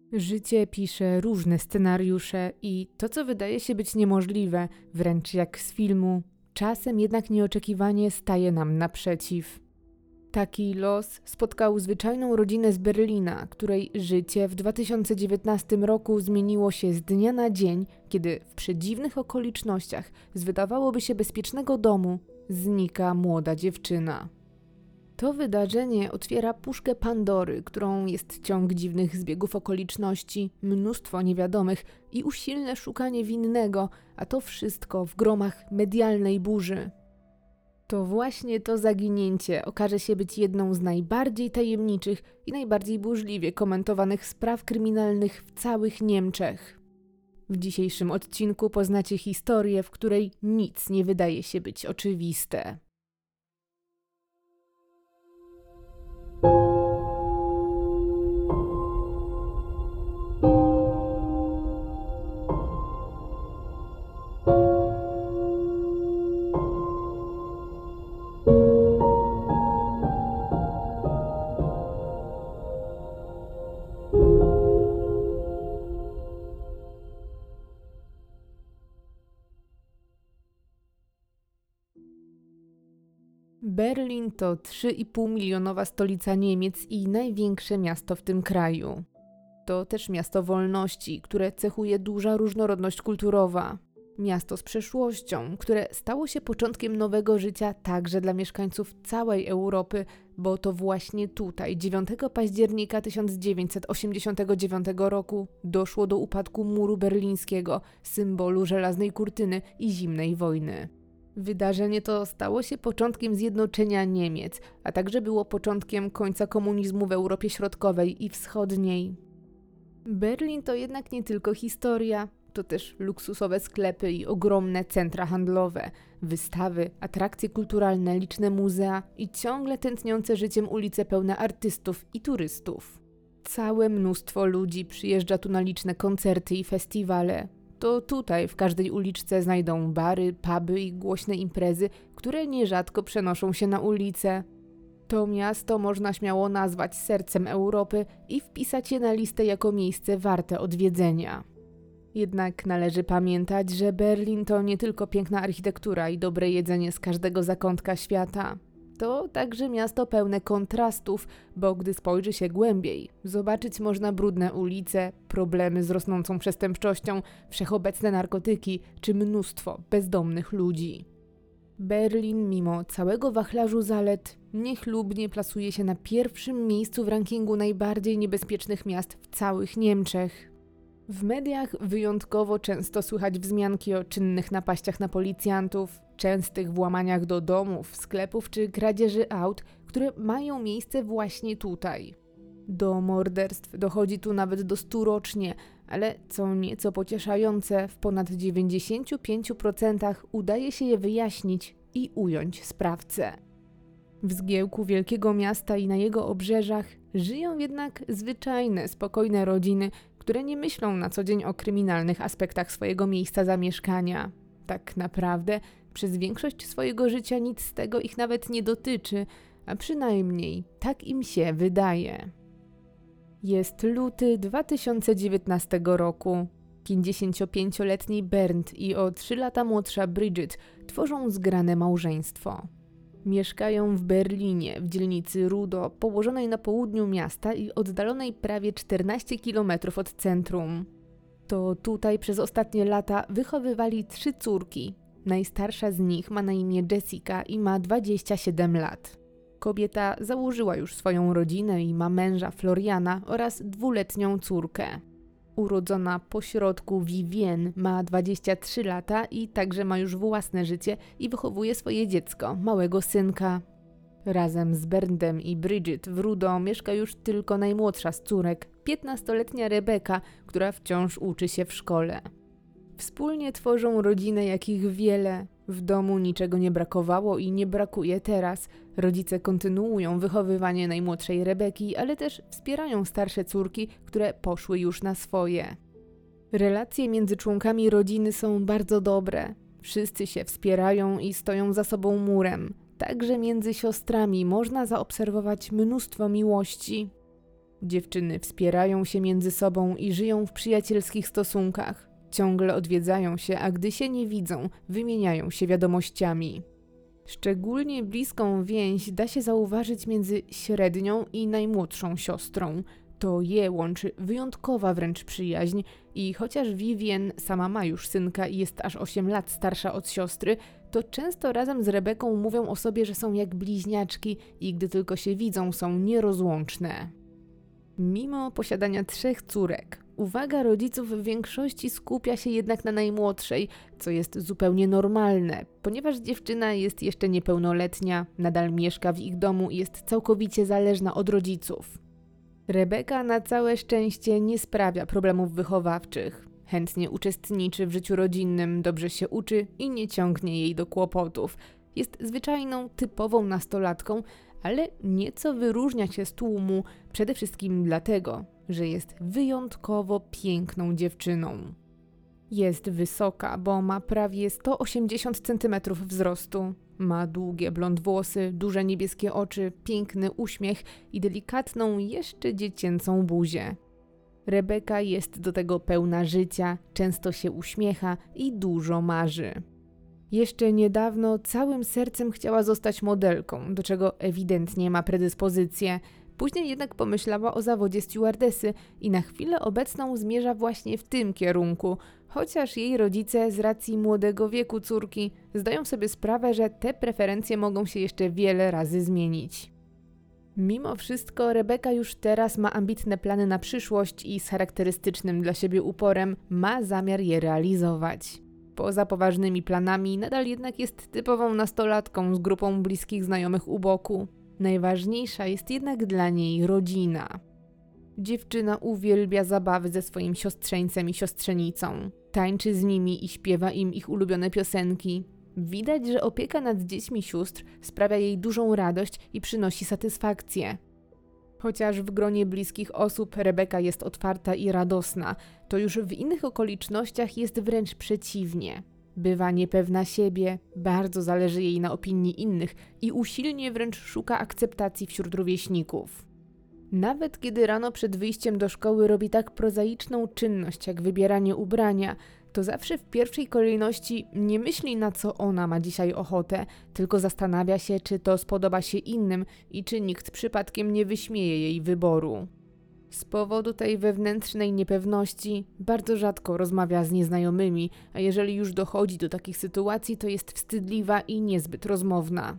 Życie pisze różne scenariusze i to, co wydaje się być niemożliwe, wręcz jak z filmu, czasem jednak nieoczekiwanie staje nam naprzeciw. Taki los spotkał zwyczajną rodzinę z Berlina, której życie w 2019 roku zmieniło się z dnia na dzień, kiedy w przedziwnych okolicznościach z wydawałoby się bezpiecznego domu znika młoda dziewczyna. To wydarzenie otwiera puszkę Pandory, którą jest ciąg dziwnych zbiegów okoliczności, mnóstwo niewiadomych i usilne szukanie winnego, a to wszystko w gromach medialnej burzy. To właśnie to zaginięcie okaże się być jedną z najbardziej tajemniczych i najbardziej burzliwie komentowanych spraw kryminalnych w całych Niemczech. W dzisiejszym odcinku poznacie historię, w której nic nie wydaje się być oczywiste. Berlin to 3,5 milionowa stolica Niemiec i największe miasto w tym kraju. To też miasto wolności, które cechuje duża różnorodność kulturowa. Miasto z przeszłością, które stało się początkiem nowego życia także dla mieszkańców całej Europy, bo to właśnie tutaj 9 października 1989 roku doszło do upadku muru berlińskiego, symbolu żelaznej kurtyny i zimnej wojny. Wydarzenie to stało się początkiem zjednoczenia Niemiec, a także było początkiem końca komunizmu w Europie Środkowej i Wschodniej. Berlin to jednak nie tylko historia, to też luksusowe sklepy i ogromne centra handlowe, wystawy, atrakcje kulturalne, liczne muzea i ciągle tętniące życiem ulice pełne artystów i turystów. Całe mnóstwo ludzi przyjeżdża tu na liczne koncerty i festiwale. To tutaj w każdej uliczce znajdą bary, puby i głośne imprezy, które nierzadko przenoszą się na ulice. To miasto można śmiało nazwać sercem Europy i wpisać je na listę jako miejsce warte odwiedzenia. Jednak należy pamiętać, że Berlin to nie tylko piękna architektura i dobre jedzenie z każdego zakątka świata. To także miasto pełne kontrastów, bo gdy spojrzy się głębiej, zobaczyć można brudne ulice, problemy z rosnącą przestępczością, wszechobecne narkotyki czy mnóstwo bezdomnych ludzi. Berlin, mimo całego wachlarzu zalet, niechlubnie plasuje się na pierwszym miejscu w rankingu najbardziej niebezpiecznych miast w całych Niemczech. W mediach wyjątkowo często słychać wzmianki o czynnych napaściach na policjantów, częstych włamaniach do domów, sklepów czy kradzieży aut, które mają miejsce właśnie tutaj. Do morderstw dochodzi tu nawet do 100 rocznie, ale co nieco pocieszające, w ponad 95% udaje się je wyjaśnić i ująć sprawcę. W zgiełku wielkiego miasta i na jego obrzeżach żyją jednak zwyczajne, spokojne rodziny, które nie myślą na co dzień o kryminalnych aspektach swojego miejsca zamieszkania. Tak naprawdę przez większość swojego życia nic z tego ich nawet nie dotyczy, a przynajmniej tak im się wydaje. Jest luty 2019 roku. 55-letni Bernd i o 3 lata młodsza Bridget tworzą zgrane małżeństwo. Mieszkają w Berlinie, w dzielnicy Rudo, położonej na południu miasta i oddalonej prawie 14 km od centrum. To tutaj przez ostatnie lata wychowywali 3 córki. Najstarsza z nich ma na imię Jessica i ma 27 lat. Kobieta założyła już swoją rodzinę i ma męża Floriana oraz 2-letnią córkę. Urodzona pośrodku Vivienne ma 23 lata i także ma już własne życie i wychowuje swoje dziecko, małego synka. Razem z Berndem i Bridget w Rudo mieszka już tylko najmłodsza z córek, 15-letnia Rebeka, która wciąż uczy się w szkole. Wspólnie tworzą rodzinę, jakich wiele. W domu niczego nie brakowało i nie brakuje teraz. Rodzice kontynuują wychowywanie najmłodszej Rebeki, ale też wspierają starsze córki, które poszły już na swoje. Relacje między członkami rodziny są bardzo dobre. Wszyscy się wspierają i stoją za sobą murem. Także między siostrami można zaobserwować mnóstwo miłości. Dziewczyny wspierają się między sobą i żyją w przyjacielskich stosunkach. Ciągle odwiedzają się, a gdy się nie widzą, wymieniają się wiadomościami. Szczególnie bliską więź da się zauważyć między średnią i najmłodszą siostrą. To je łączy wyjątkowa wręcz przyjaźń i chociaż Vivien sama ma już synka i jest aż 8 lat starsza od siostry, to często razem z Rebeką mówią o sobie, że są jak bliźniaczki i gdy tylko się widzą, są nierozłączne. Mimo posiadania 3 córek, uwaga rodziców w większości skupia się jednak na najmłodszej, co jest zupełnie normalne, ponieważ dziewczyna jest jeszcze niepełnoletnia, nadal mieszka w ich domu i jest całkowicie zależna od rodziców. Rebeka na całe szczęście nie sprawia problemów wychowawczych. Chętnie uczestniczy w życiu rodzinnym, dobrze się uczy i nie ciągnie jej do kłopotów. Jest zwyczajną, typową nastolatką, ale nieco wyróżnia się z tłumu przede wszystkim dlatego, że jest wyjątkowo piękną dziewczyną. Jest wysoka, bo ma prawie 180 cm wzrostu. Ma długie blond włosy, duże niebieskie oczy, piękny uśmiech i delikatną, jeszcze dziecięcą buzię. Rebeka jest do tego pełna życia, często się uśmiecha i dużo marzy. Jeszcze niedawno całym sercem chciała zostać modelką, do czego ewidentnie ma predyspozycję. Później jednak pomyślała o zawodzie stewardesy i na chwilę obecną zmierza właśnie w tym kierunku, chociaż jej rodzice z racji młodego wieku córki zdają sobie sprawę, że te preferencje mogą się jeszcze wiele razy zmienić. Mimo wszystko Rebeka już teraz ma ambitne plany na przyszłość i z charakterystycznym dla siebie uporem ma zamiar je realizować. Poza poważnymi planami nadal jednak jest typową nastolatką z grupą bliskich znajomych u boku. Najważniejsza jest jednak dla niej rodzina. Dziewczyna uwielbia zabawy ze swoim siostrzeńcem i siostrzenicą. Tańczy z nimi i śpiewa im ich ulubione piosenki. Widać, że opieka nad dziećmi sióstr sprawia jej dużą radość i przynosi satysfakcję. Chociaż w gronie bliskich osób Rebeka jest otwarta i radosna, to już w innych okolicznościach jest wręcz przeciwnie. Bywa niepewna siebie, bardzo zależy jej na opinii innych i usilnie wręcz szuka akceptacji wśród rówieśników. Nawet kiedy rano przed wyjściem do szkoły robi tak prozaiczną czynność jak wybieranie ubrania, to zawsze w pierwszej kolejności nie myśli, na co ona ma dzisiaj ochotę, tylko zastanawia się, czy to spodoba się innym i czy nikt przypadkiem nie wyśmieje jej wyboru. Z powodu tej wewnętrznej niepewności bardzo rzadko rozmawia z nieznajomymi, a jeżeli już dochodzi do takich sytuacji, to jest wstydliwa i niezbyt rozmowna.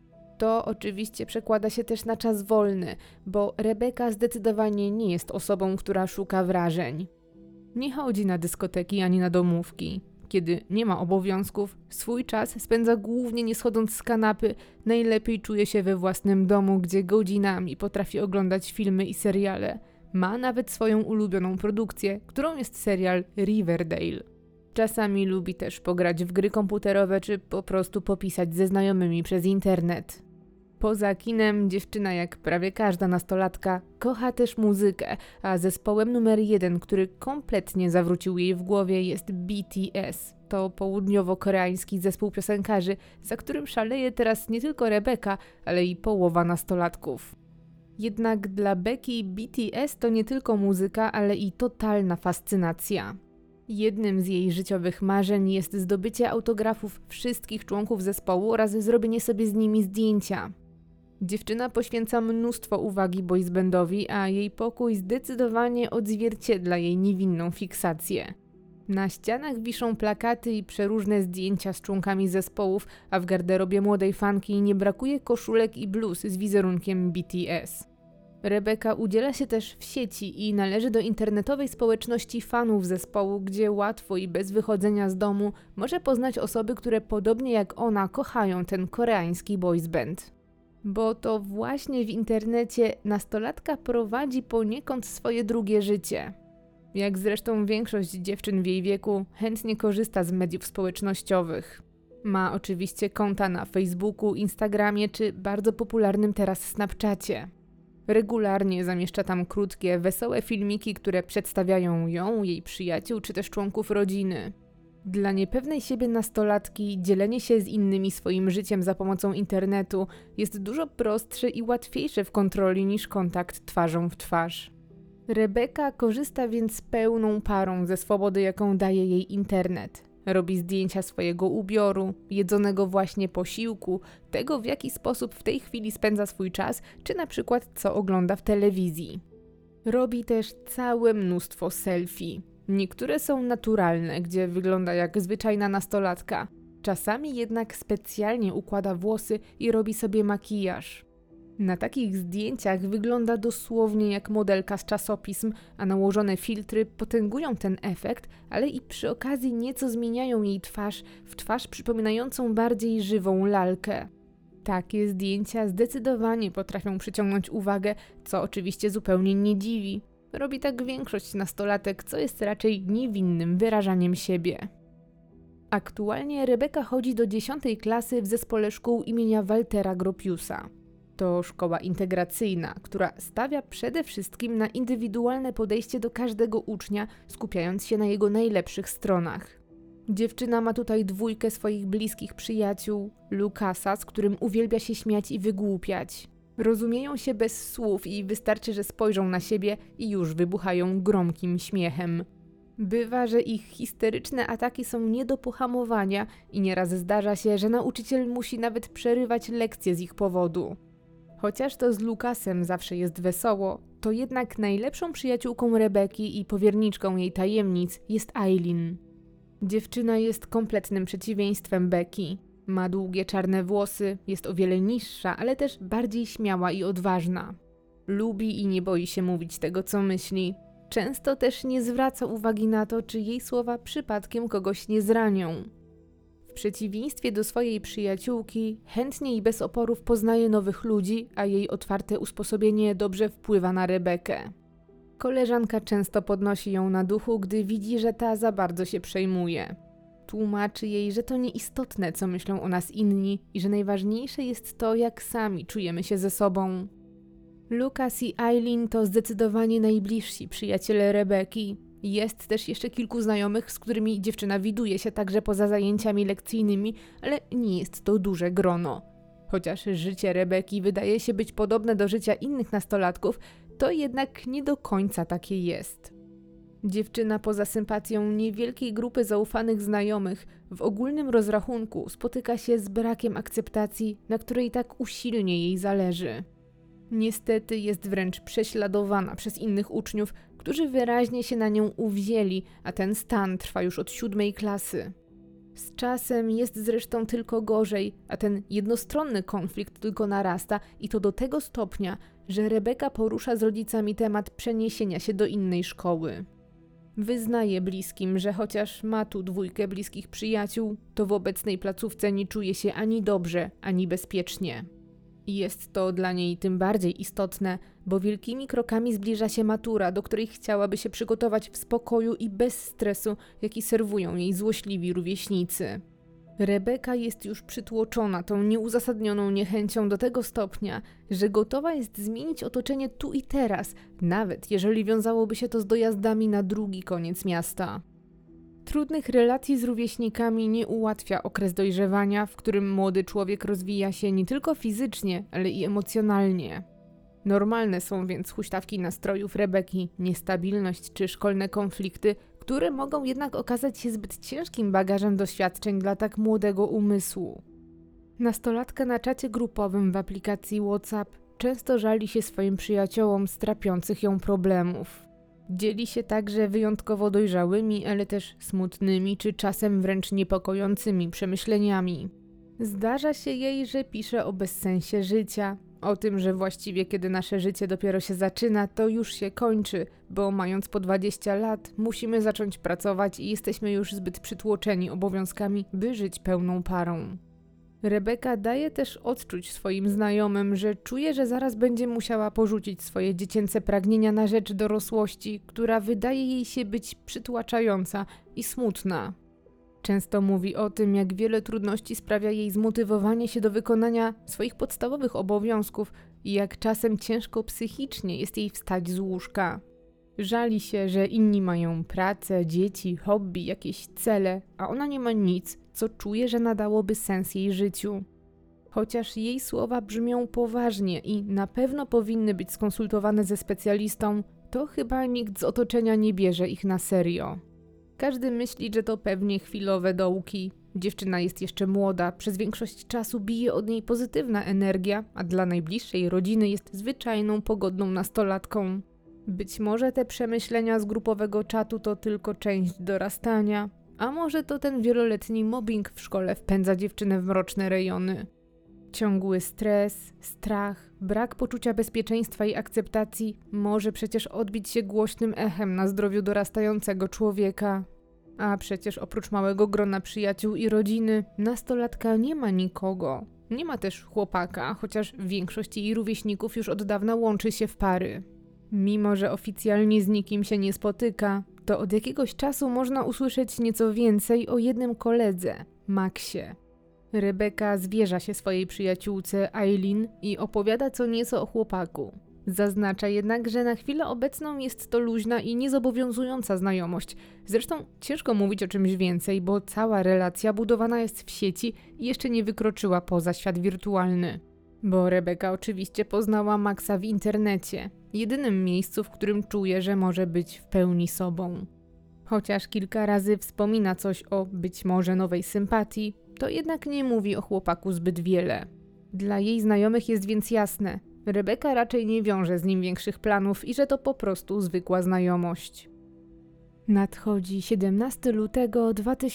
To oczywiście przekłada się też na czas wolny, bo Rebeka zdecydowanie nie jest osobą, która szuka wrażeń. Nie chodzi na dyskoteki ani na domówki. Kiedy nie ma obowiązków, swój czas spędza głównie nie schodząc z kanapy, najlepiej czuje się we własnym domu, gdzie godzinami potrafi oglądać filmy i seriale. Ma nawet swoją ulubioną produkcję, którą jest serial Riverdale. Czasami lubi też pograć w gry komputerowe czy po prostu popisać ze znajomymi przez internet. Poza kinem dziewczyna, jak prawie każda nastolatka, kocha też muzykę, a zespołem numer 1, który kompletnie zawrócił jej w głowie, jest BTS. To południowo-koreański zespół piosenkarzy, za którym szaleje teraz nie tylko Rebeka, ale i połowa nastolatków. Jednak dla Beki BTS to nie tylko muzyka, ale i totalna fascynacja. Jednym z jej życiowych marzeń jest zdobycie autografów wszystkich członków zespołu oraz zrobienie sobie z nimi zdjęcia. Dziewczyna poświęca mnóstwo uwagi boysbandowi, a jej pokój zdecydowanie odzwierciedla jej niewinną fiksację. Na ścianach wiszą plakaty i przeróżne zdjęcia z członkami zespołów, a w garderobie młodej fanki nie brakuje koszulek i bluz z wizerunkiem BTS. Rebeka udziela się też w sieci i należy do internetowej społeczności fanów zespołu, gdzie łatwo i bez wychodzenia z domu może poznać osoby, które podobnie jak ona kochają ten koreański boysband. Bo to właśnie w internecie nastolatka prowadzi poniekąd swoje drugie życie. Jak zresztą większość dziewczyn w jej wieku, chętnie korzysta z mediów społecznościowych. Ma oczywiście konta na Facebooku, Instagramie czy bardzo popularnym teraz Snapchacie. Regularnie zamieszcza tam krótkie, wesołe filmiki, które przedstawiają ją, jej przyjaciół czy też członków rodziny. Dla niepewnej siebie nastolatki dzielenie się z innymi swoim życiem za pomocą internetu jest dużo prostsze i łatwiejsze w kontroli niż kontakt twarzą w twarz. Rebeka korzysta więc pełną parą ze swobody, jaką daje jej internet. Robi zdjęcia swojego ubioru, jedzonego właśnie posiłku, tego w jaki sposób w tej chwili spędza swój czas, czy na przykład co ogląda w telewizji. Robi też całe mnóstwo selfie. Niektóre są naturalne, gdzie wygląda jak zwyczajna nastolatka. Czasami jednak specjalnie układa włosy i robi sobie makijaż. Na takich zdjęciach wygląda dosłownie jak modelka z czasopism, a nałożone filtry potęgują ten efekt, ale i przy okazji nieco zmieniają jej twarz w twarz przypominającą bardziej żywą lalkę. Takie zdjęcia zdecydowanie potrafią przyciągnąć uwagę, co oczywiście zupełnie nie dziwi. Robi tak większość nastolatek, co jest raczej niewinnym wyrażaniem siebie. Aktualnie Rebeka chodzi do 10. klasy w zespole szkół imienia Waltera Gropiusa. To szkoła integracyjna, która stawia przede wszystkim na indywidualne podejście do każdego ucznia, skupiając się na jego najlepszych stronach. Dziewczyna ma tutaj 2 swoich bliskich przyjaciół, Lukasa, z którym uwielbia się śmiać i wygłupiać. Rozumieją się bez słów i wystarczy, że spojrzą na siebie i już wybuchają gromkim śmiechem. Bywa, że ich histeryczne ataki są nie do pohamowania i nieraz zdarza się, że nauczyciel musi nawet przerywać lekcje z ich powodu. Chociaż to z Lukasem zawsze jest wesoło, to jednak najlepszą przyjaciółką Rebeki i powierniczką jej tajemnic jest Eileen. Dziewczyna jest kompletnym przeciwieństwem Becky. Ma długie czarne włosy, jest o wiele niższa, ale też bardziej śmiała i odważna. Lubi i nie boi się mówić tego, co myśli. Często też nie zwraca uwagi na to, czy jej słowa przypadkiem kogoś nie zranią. W przeciwieństwie do swojej przyjaciółki, chętnie i bez oporów poznaje nowych ludzi, a jej otwarte usposobienie dobrze wpływa na Rebekę. Koleżanka często podnosi ją na duchu, gdy widzi, że ta za bardzo się przejmuje. Tłumaczy jej, że to nieistotne, co myślą o nas inni i że najważniejsze jest to, jak sami czujemy się ze sobą. Lukas i Eileen to zdecydowanie najbliżsi przyjaciele Rebeki. Jest też jeszcze kilku znajomych, z którymi dziewczyna widuje się także poza zajęciami lekcyjnymi, ale nie jest to duże grono. Chociaż życie Rebeki wydaje się być podobne do życia innych nastolatków, to jednak nie do końca takie jest. Dziewczyna poza sympatią niewielkiej grupy zaufanych znajomych w ogólnym rozrachunku spotyka się z brakiem akceptacji, na której tak usilnie jej zależy. Niestety jest wręcz prześladowana przez innych uczniów, którzy wyraźnie się na nią uwzięli, a ten stan trwa już od 7. klasy. Z czasem jest zresztą tylko gorzej, a ten jednostronny konflikt tylko narasta i to do tego stopnia, że Rebeka porusza z rodzicami temat przeniesienia się do innej szkoły. Wyznaje bliskim, że chociaż ma tu 2 bliskich przyjaciół, to w obecnej placówce nie czuje się ani dobrze, ani bezpiecznie. Jest to dla niej tym bardziej istotne, bo wielkimi krokami zbliża się matura, do której chciałaby się przygotować w spokoju i bez stresu, jaki serwują jej złośliwi rówieśnicy. Rebeka jest już przytłoczona tą nieuzasadnioną niechęcią do tego stopnia, że gotowa jest zmienić otoczenie tu i teraz, nawet jeżeli wiązałoby się to z dojazdami na drugi koniec miasta. Trudnych relacji z rówieśnikami nie ułatwia okres dojrzewania, w którym młody człowiek rozwija się nie tylko fizycznie, ale i emocjonalnie. Normalne są więc huśtawki nastrojów Rebeki, niestabilność czy szkolne konflikty, które mogą jednak okazać się zbyt ciężkim bagażem doświadczeń dla tak młodego umysłu. Nastolatka na czacie grupowym w aplikacji WhatsApp często żali się swoim przyjaciołom z trapiących ją problemów. Dzieli się także wyjątkowo dojrzałymi, ale też smutnymi czy czasem wręcz niepokojącymi przemyśleniami. Zdarza się jej, że pisze o bezsensie życia, o tym, że właściwie kiedy nasze życie dopiero się zaczyna, to już się kończy, bo mając po 20 lat musimy zacząć pracować i jesteśmy już zbyt przytłoczeni obowiązkami, by żyć pełną parą. Rebeka daje też odczuć swoim znajomym, że czuje, że zaraz będzie musiała porzucić swoje dziecięce pragnienia na rzecz dorosłości, która wydaje jej się być przytłaczająca i smutna. Często mówi o tym, jak wiele trudności sprawia jej zmotywowanie się do wykonania swoich podstawowych obowiązków i jak czasem ciężko psychicznie jest jej wstać z łóżka. Żali się, że inni mają pracę, dzieci, hobby, jakieś cele, a ona nie ma nic, co czuje, że nadałoby sens jej życiu. Chociaż jej słowa brzmią poważnie i na pewno powinny być skonsultowane ze specjalistą, to chyba nikt z otoczenia nie bierze ich na serio. Każdy myśli, że to pewnie chwilowe dołki. Dziewczyna jest jeszcze młoda, przez większość czasu bije od niej pozytywna energia, a dla najbliższej rodziny jest zwyczajną, pogodną nastolatką. Być może te przemyślenia z grupowego czatu to tylko część dorastania, a może to ten wieloletni mobbing w szkole wpędza dziewczynę w mroczne rejony. Ciągły stres, strach, brak poczucia bezpieczeństwa i akceptacji może przecież odbić się głośnym echem na zdrowiu dorastającego człowieka. A przecież oprócz małego grona przyjaciół i rodziny, nastolatka nie ma nikogo. Nie ma też chłopaka, chociaż większość jej rówieśników już od dawna łączy się w pary. Mimo że oficjalnie z nikim się nie spotyka, to od jakiegoś czasu można usłyszeć nieco więcej o jednym koledze, Maxie. Rebeka zwierza się swojej przyjaciółce Eileen i opowiada co nieco o chłopaku. Zaznacza jednak, że na chwilę obecną jest to luźna i niezobowiązująca znajomość. Zresztą ciężko mówić o czymś więcej, bo cała relacja budowana jest w sieci i jeszcze nie wykroczyła poza świat wirtualny. Bo Rebeka oczywiście poznała Maxa w internecie, jedynym miejscu, w którym czuje, że może być w pełni sobą. Chociaż kilka razy wspomina coś o być może nowej sympatii, to jednak nie mówi o chłopaku zbyt wiele. Dla jej znajomych jest więc jasne, Rebeka raczej nie wiąże z nim większych planów i że to po prostu zwykła znajomość. Nadchodzi 17 lutego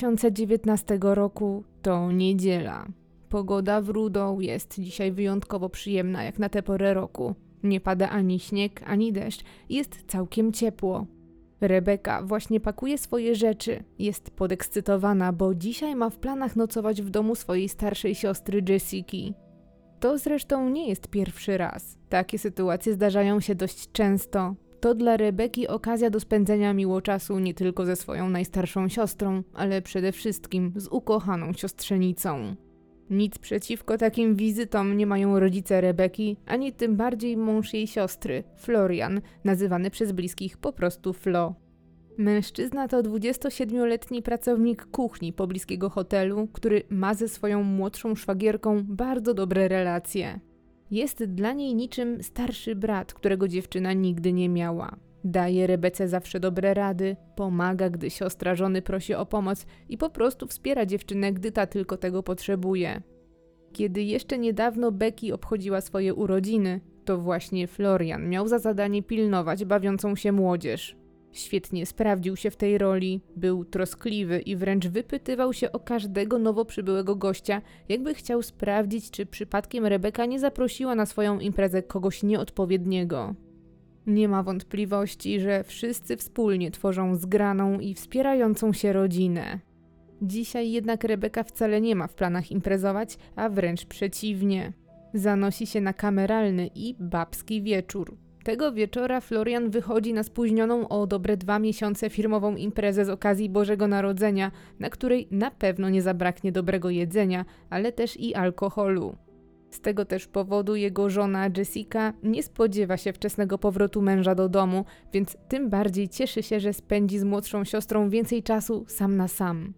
2019 roku, to niedziela. Pogoda w Rudo jest dzisiaj wyjątkowo przyjemna jak na tę porę roku. Nie pada ani śnieg, ani deszcz, jest całkiem ciepło. Rebeka właśnie pakuje swoje rzeczy. Jest podekscytowana, bo dzisiaj ma w planach nocować w domu swojej starszej siostry Jessiki. To zresztą nie jest pierwszy raz. Takie sytuacje zdarzają się dość często. To dla Rebeki okazja do spędzenia miło czasu nie tylko ze swoją najstarszą siostrą, ale przede wszystkim z ukochaną siostrzenicą. Nic przeciwko takim wizytom nie mają rodzice Rebeki, ani tym bardziej mąż jej siostry, Florian, nazywany przez bliskich po prostu Flo. Mężczyzna to 27-letni pracownik kuchni pobliskiego hotelu, który ma ze swoją młodszą szwagierką bardzo dobre relacje. Jest dla niej niczym starszy brat, którego dziewczyna nigdy nie miała. Daje Rebece zawsze dobre rady, pomaga, gdy siostra żony prosi o pomoc i po prostu wspiera dziewczynę, gdy ta tylko tego potrzebuje. Kiedy jeszcze niedawno Becky obchodziła swoje urodziny, to właśnie Florian miał za zadanie pilnować bawiącą się młodzież. Świetnie sprawdził się w tej roli, był troskliwy i wręcz wypytywał się o każdego nowo przybyłego gościa, jakby chciał sprawdzić, czy przypadkiem Rebeka nie zaprosiła na swoją imprezę kogoś nieodpowiedniego. Nie ma wątpliwości, że wszyscy wspólnie tworzą zgraną i wspierającą się rodzinę. Dzisiaj jednak Rebeka wcale nie ma w planach imprezować, a wręcz przeciwnie. Zanosi się na kameralny i babski wieczór. Tego wieczora Florian wychodzi na spóźnioną o dobre 2 miesiące firmową imprezę z okazji Bożego Narodzenia, na której na pewno nie zabraknie dobrego jedzenia, ale też i alkoholu. Z tego też powodu jego żona Jessica nie spodziewa się wczesnego powrotu męża do domu, więc tym bardziej cieszy się, że spędzi z młodszą siostrą więcej czasu sam na sam.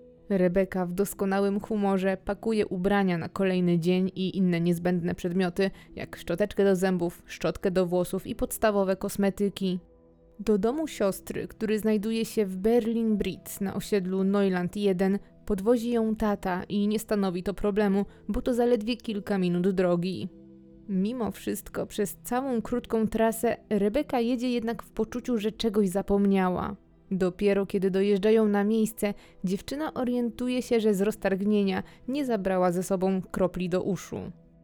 Rebeka w doskonałym humorze pakuje ubrania na kolejny dzień i inne niezbędne przedmioty, jak szczoteczkę do zębów, szczotkę do włosów i podstawowe kosmetyki. Do domu siostry, który znajduje się w Berlin-Britz na osiedlu Neuland 1, podwozi ją tata i nie stanowi to problemu, bo to zaledwie kilka minut drogi. Mimo wszystko przez całą krótką trasę Rebeka jedzie jednak w poczuciu, że czegoś zapomniała. Dopiero kiedy dojeżdżają na miejsce, dziewczyna orientuje się, że z roztargnienia nie zabrała ze sobą kropli do uszu.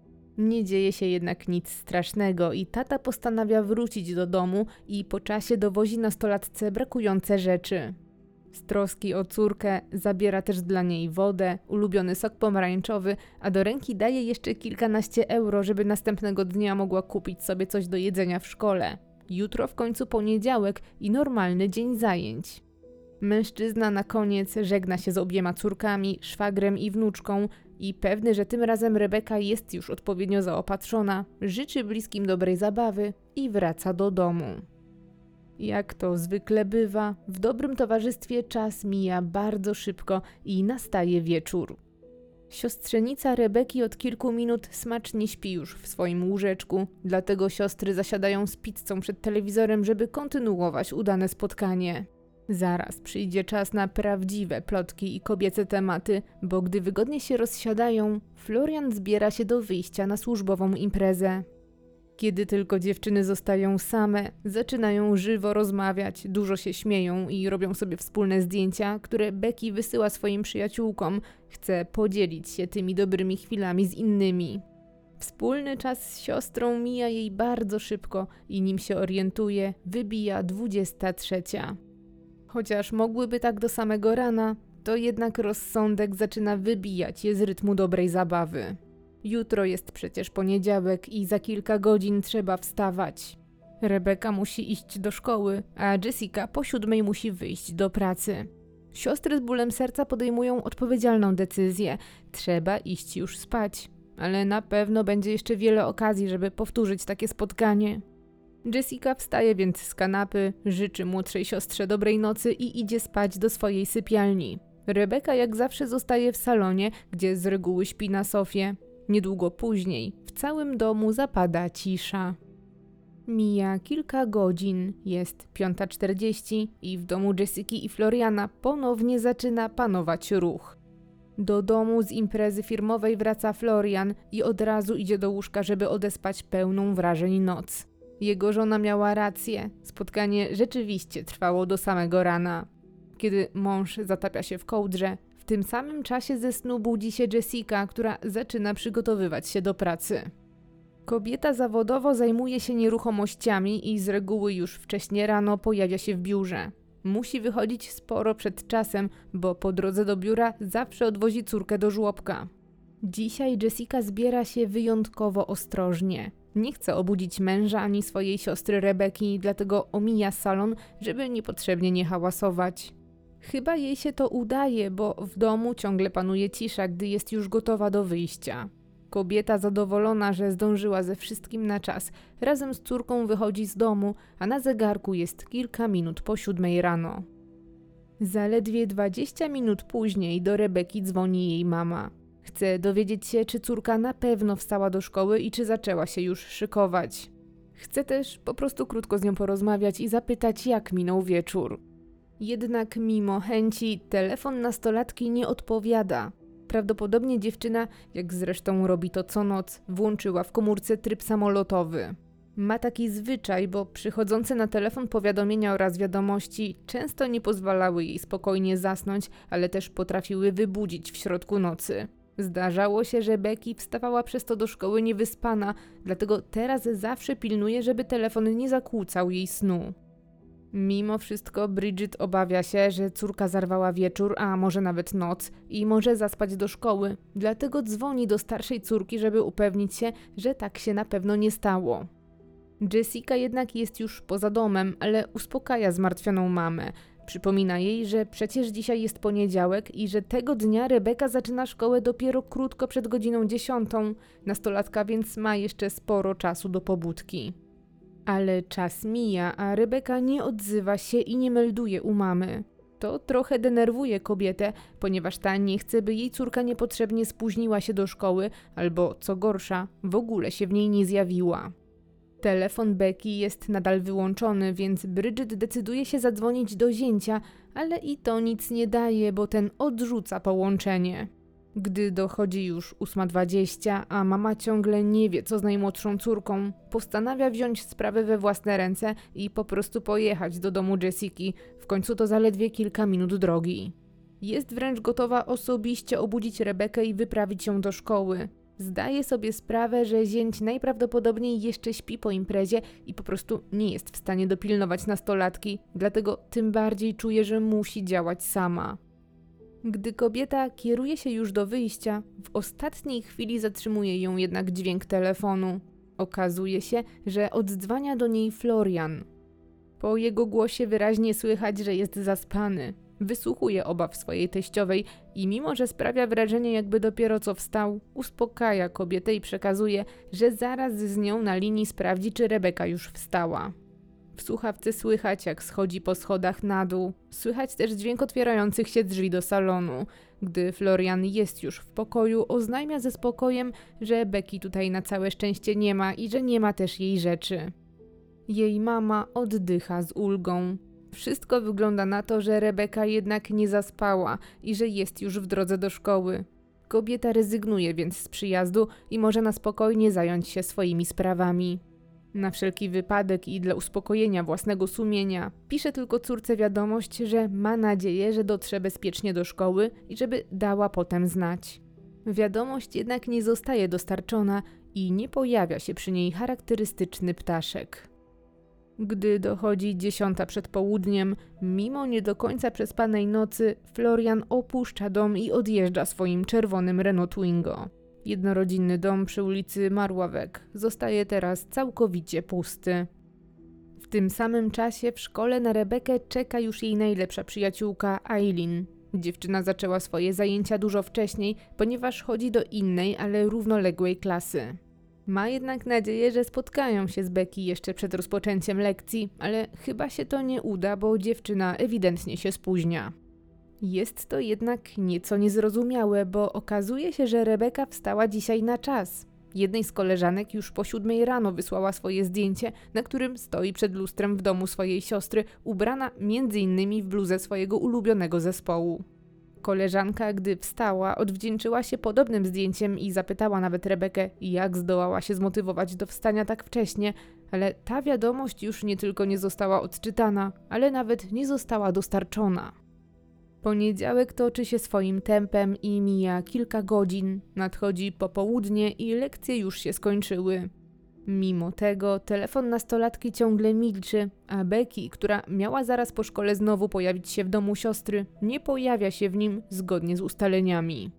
Nie dzieje się jednak nic strasznego i tata postanawia wrócić do domu i po czasie dowozi nastolatce brakujące rzeczy. Z troski o córkę zabiera też dla niej wodę, ulubiony sok pomarańczowy, a do ręki daje jeszcze kilkanaście euro, żeby następnego dnia mogła kupić sobie coś do jedzenia w szkole. Jutro w końcu poniedziałek i normalny dzień zajęć. Mężczyzna na koniec żegna się z obiema córkami, szwagrem i wnuczką i pewny, że tym razem Rebeka jest już odpowiednio zaopatrzona, życzy bliskim dobrej zabawy i wraca do domu. Jak to zwykle bywa, w dobrym towarzystwie czas mija bardzo szybko i nastaje wieczór. Siostrzenica Rebeki od kilku minut smacznie śpi już w swoim łóżeczku, dlatego siostry zasiadają z pizzą przed telewizorem, żeby kontynuować udane spotkanie. Zaraz przyjdzie czas na prawdziwe plotki i kobiece tematy, bo gdy wygodnie się rozsiadają, Florian zbiera się do wyjścia na służbową imprezę. Kiedy tylko dziewczyny zostają same, zaczynają żywo rozmawiać, dużo się śmieją i robią sobie wspólne zdjęcia, które Becky wysyła swoim przyjaciółkom. Chce podzielić się tymi dobrymi chwilami z innymi. Wspólny czas z siostrą mija jej bardzo szybko i nim się orientuje, wybija 23. Chociaż mogłyby tak do samego rana, to jednak rozsądek zaczyna wybijać je z rytmu dobrej zabawy. Jutro jest przecież poniedziałek i za kilka godzin trzeba wstawać. Rebeka musi iść do szkoły, a Jessica po 7 musi wyjść do pracy. Siostry z bólem serca podejmują odpowiedzialną decyzję. Trzeba iść już spać, ale na pewno będzie jeszcze wiele okazji, żeby powtórzyć takie spotkanie. Jessica wstaje więc z kanapy, życzy młodszej siostrze dobrej nocy i idzie spać do swojej sypialni. Rebeka jak zawsze zostaje w salonie, gdzie z reguły śpi na sofie. Niedługo później w całym domu zapada cisza. Mija kilka godzin, jest 5:40 i w domu Jessiki i Floriana ponownie zaczyna panować ruch. Do domu z imprezy firmowej wraca Florian i od razu idzie do łóżka, żeby odespać pełną wrażeń noc. Jego żona miała rację, spotkanie rzeczywiście trwało do samego rana. Kiedy mąż zatapia się w kołdrze, w tym samym czasie ze snu budzi się Jessica, która zaczyna przygotowywać się do pracy. Kobieta zawodowo zajmuje się nieruchomościami i z reguły już wcześnie rano pojawia się w biurze. Musi wychodzić sporo przed czasem, bo po drodze do biura zawsze odwozi córkę do żłobka. Dzisiaj Jessica zbiera się wyjątkowo ostrożnie. Nie chce obudzić męża ani swojej siostry Rebeki, dlatego omija salon, żeby niepotrzebnie nie hałasować. Chyba jej się to udaje, bo w domu ciągle panuje cisza, gdy jest już gotowa do wyjścia. Kobieta zadowolona, że zdążyła ze wszystkim na czas, razem z córką wychodzi z domu, a na zegarku jest kilka minut po 7 rano. Zaledwie 20 minut później do Rebeki dzwoni jej mama. Chce dowiedzieć się, czy córka na pewno wstała do szkoły i czy zaczęła się już szykować. Chce też po prostu krótko z nią porozmawiać i zapytać, jak minął wieczór. Jednak mimo chęci telefon nastolatki nie odpowiada. Prawdopodobnie dziewczyna, jak zresztą robi to co noc, włączyła w komórce tryb samolotowy. Ma taki zwyczaj, bo przychodzące na telefon powiadomienia oraz wiadomości często nie pozwalały jej spokojnie zasnąć, ale też potrafiły wybudzić w środku nocy. Zdarzało się, że Becky wstawała przez to do szkoły niewyspana, dlatego teraz zawsze pilnuje, żeby telefon nie zakłócał jej snu. Mimo wszystko Bridget obawia się, że córka zarwała wieczór, a może nawet noc i może zaspać do szkoły, dlatego dzwoni do starszej córki, żeby upewnić się, że tak się na pewno nie stało. Jessica jednak jest już poza domem, ale uspokaja zmartwioną mamę. Przypomina jej, że przecież dzisiaj jest poniedziałek i że tego dnia Rebeka zaczyna szkołę dopiero krótko przed godziną 10, nastolatka więc ma jeszcze sporo czasu do pobudki. Ale czas mija, a Rebeka nie odzywa się i nie melduje u mamy. To trochę denerwuje kobietę, ponieważ ta nie chce, by jej córka niepotrzebnie spóźniła się do szkoły, albo co gorsza, w ogóle się w niej nie zjawiła. Telefon Becky jest nadal wyłączony, więc Bridget decyduje się zadzwonić do zięcia, ale i to nic nie daje, bo ten odrzuca połączenie. Gdy dochodzi już 8:20, a mama ciągle nie wie, co z najmłodszą córką, postanawia wziąć sprawę we własne ręce i po prostu pojechać do domu Jessiki. W końcu to zaledwie kilka minut drogi. Jest wręcz gotowa osobiście obudzić Rebekę i wyprawić ją do szkoły. Zdaje sobie sprawę, że zięć najprawdopodobniej jeszcze śpi po imprezie i po prostu nie jest w stanie dopilnować nastolatki, dlatego tym bardziej czuje, że musi działać sama. Gdy kobieta kieruje się już do wyjścia, w ostatniej chwili zatrzymuje ją jednak dźwięk telefonu. Okazuje się, że odzwania do niej Florian. Po jego głosie wyraźnie słychać, że jest zaspany. Wysłuchuje obaw swojej teściowej i mimo, że sprawia wrażenie, jakby dopiero co wstał, uspokaja kobietę i przekazuje, że zaraz z nią na linii sprawdzi, czy Rebeka już wstała. W słuchawce słychać, jak schodzi po schodach na dół. Słychać też dźwięk otwierających się drzwi do salonu. Gdy Florian jest już w pokoju, oznajmia ze spokojem, że Becky tutaj na całe szczęście nie ma i że nie ma też jej rzeczy. Jej mama oddycha z ulgą. Wszystko wygląda na to, że Rebeka jednak nie zaspała i że jest już w drodze do szkoły. Kobieta rezygnuje więc z przyjazdu i może na spokojnie zająć się swoimi sprawami. Na wszelki wypadek i dla uspokojenia własnego sumienia pisze tylko córce wiadomość, że ma nadzieję, że dotrze bezpiecznie do szkoły i żeby dała potem znać. Wiadomość jednak nie zostaje dostarczona i nie pojawia się przy niej charakterystyczny ptaszek. Gdy dochodzi 10 przed południem, mimo nie do końca przespanej nocy, Florian opuszcza dom i odjeżdża swoim czerwonym Renault Twingo. Jednorodzinny dom przy ulicy Marławek zostaje teraz całkowicie pusty. W tym samym czasie w szkole na Rebekę czeka już jej najlepsza przyjaciółka Eileen. Dziewczyna zaczęła swoje zajęcia dużo wcześniej, ponieważ chodzi do innej, ale równoległej klasy. Ma jednak nadzieję, że spotkają się z Becky jeszcze przed rozpoczęciem lekcji, ale chyba się to nie uda, bo dziewczyna ewidentnie się spóźnia. Jest to jednak nieco niezrozumiałe, bo okazuje się, że Rebeka wstała dzisiaj na czas. Jednej z koleżanek już po 7 rano wysłała swoje zdjęcie, na którym stoi przed lustrem w domu swojej siostry, ubrana m.in. w bluzę swojego ulubionego zespołu. Koleżanka, gdy wstała, odwdzięczyła się podobnym zdjęciem i zapytała nawet Rebekę, jak zdołała się zmotywować do wstania tak wcześnie, ale ta wiadomość już nie tylko nie została odczytana, ale nawet nie została dostarczona. Poniedziałek toczy się swoim tempem i mija kilka godzin, nadchodzi popołudnie i lekcje już się skończyły. Mimo tego telefon nastolatki ciągle milczy, a Becky, która miała zaraz po szkole znowu pojawić się w domu siostry, nie pojawia się w nim zgodnie z ustaleniami.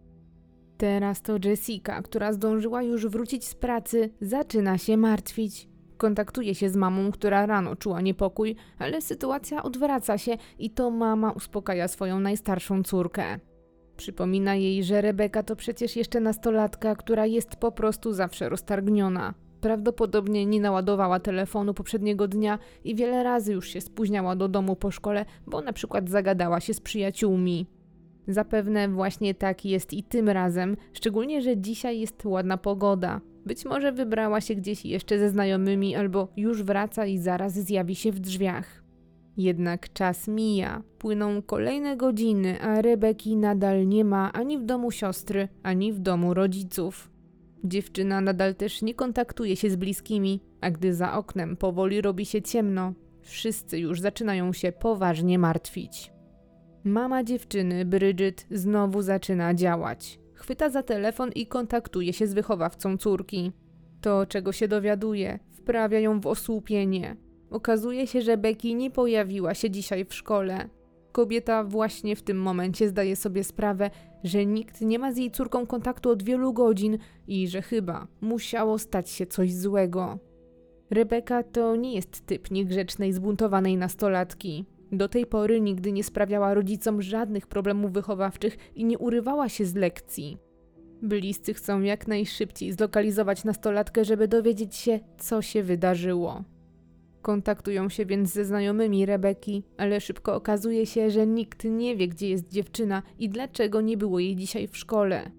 Teraz to Jessica, która zdążyła już wrócić z pracy, zaczyna się martwić. Kontaktuje się z mamą, która rano czuła niepokój, ale sytuacja odwraca się i to mama uspokaja swoją najstarszą córkę. Przypomina jej, że Rebeka to przecież jeszcze nastolatka, która jest po prostu zawsze roztargniona. Prawdopodobnie nie naładowała telefonu poprzedniego dnia i wiele razy już się spóźniała do domu po szkole, bo na przykład zagadała się z przyjaciółmi. Zapewne właśnie tak jest i tym razem, szczególnie, że dzisiaj jest ładna pogoda. Być może wybrała się gdzieś jeszcze ze znajomymi albo już wraca i zaraz zjawi się w drzwiach. Jednak czas mija, płyną kolejne godziny, a Rebeki nadal nie ma ani w domu siostry, ani w domu rodziców. Dziewczyna nadal też nie kontaktuje się z bliskimi, a gdy za oknem powoli robi się ciemno, wszyscy już zaczynają się poważnie martwić. Mama dziewczyny, Bridget, znowu zaczyna działać. Chwyta za telefon i kontaktuje się z wychowawcą córki. To, czego się dowiaduje, wprawia ją w osłupienie. Okazuje się, że Becky nie pojawiła się dzisiaj w szkole. Kobieta właśnie w tym momencie zdaje sobie sprawę, że nikt nie ma z jej córką kontaktu od wielu godzin i że chyba musiało stać się coś złego. Rebeka to nie jest typ niegrzecznej, zbuntowanej nastolatki. Do tej pory nigdy nie sprawiała rodzicom żadnych problemów wychowawczych i nie urywała się z lekcji. Bliscy chcą jak najszybciej zlokalizować nastolatkę, żeby dowiedzieć się, co się wydarzyło. Kontaktują się więc ze znajomymi Rebeki, ale szybko okazuje się, że nikt nie wie, gdzie jest dziewczyna i dlaczego nie było jej dzisiaj w szkole.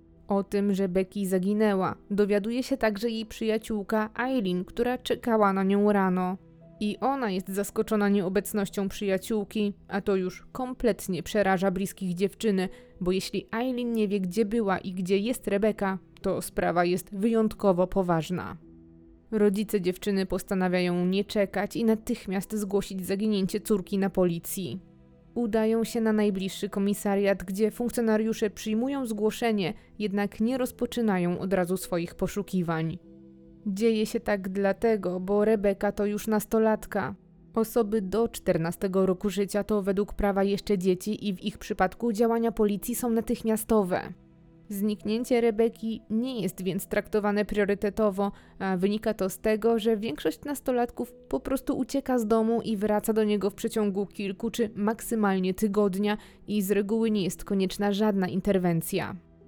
O tym, że Becky zaginęła, dowiaduje się także jej przyjaciółka Eileen, która czekała na nią rano. I ona jest zaskoczona nieobecnością przyjaciółki, a to już kompletnie przeraża bliskich dziewczyny, bo jeśli Eileen nie wie, gdzie była i gdzie jest Rebeka, to sprawa jest wyjątkowo poważna. Rodzice dziewczyny postanawiają nie czekać i natychmiast zgłosić zaginięcie córki na policji. Udają się na najbliższy komisariat, gdzie funkcjonariusze przyjmują zgłoszenie, jednak nie rozpoczynają od razu swoich poszukiwań. Dzieje się tak dlatego, bo Rebeka to już nastolatka. Osoby do 14 roku życia to według prawa jeszcze dzieci i w ich przypadku działania policji są natychmiastowe. Zniknięcie Rebeki nie jest więc traktowane priorytetowo, a wynika to z tego, że większość nastolatków po prostu ucieka z domu i wraca do niego w przeciągu kilku czy maksymalnie tygodnia i z reguły nie jest konieczna żadna interwencja.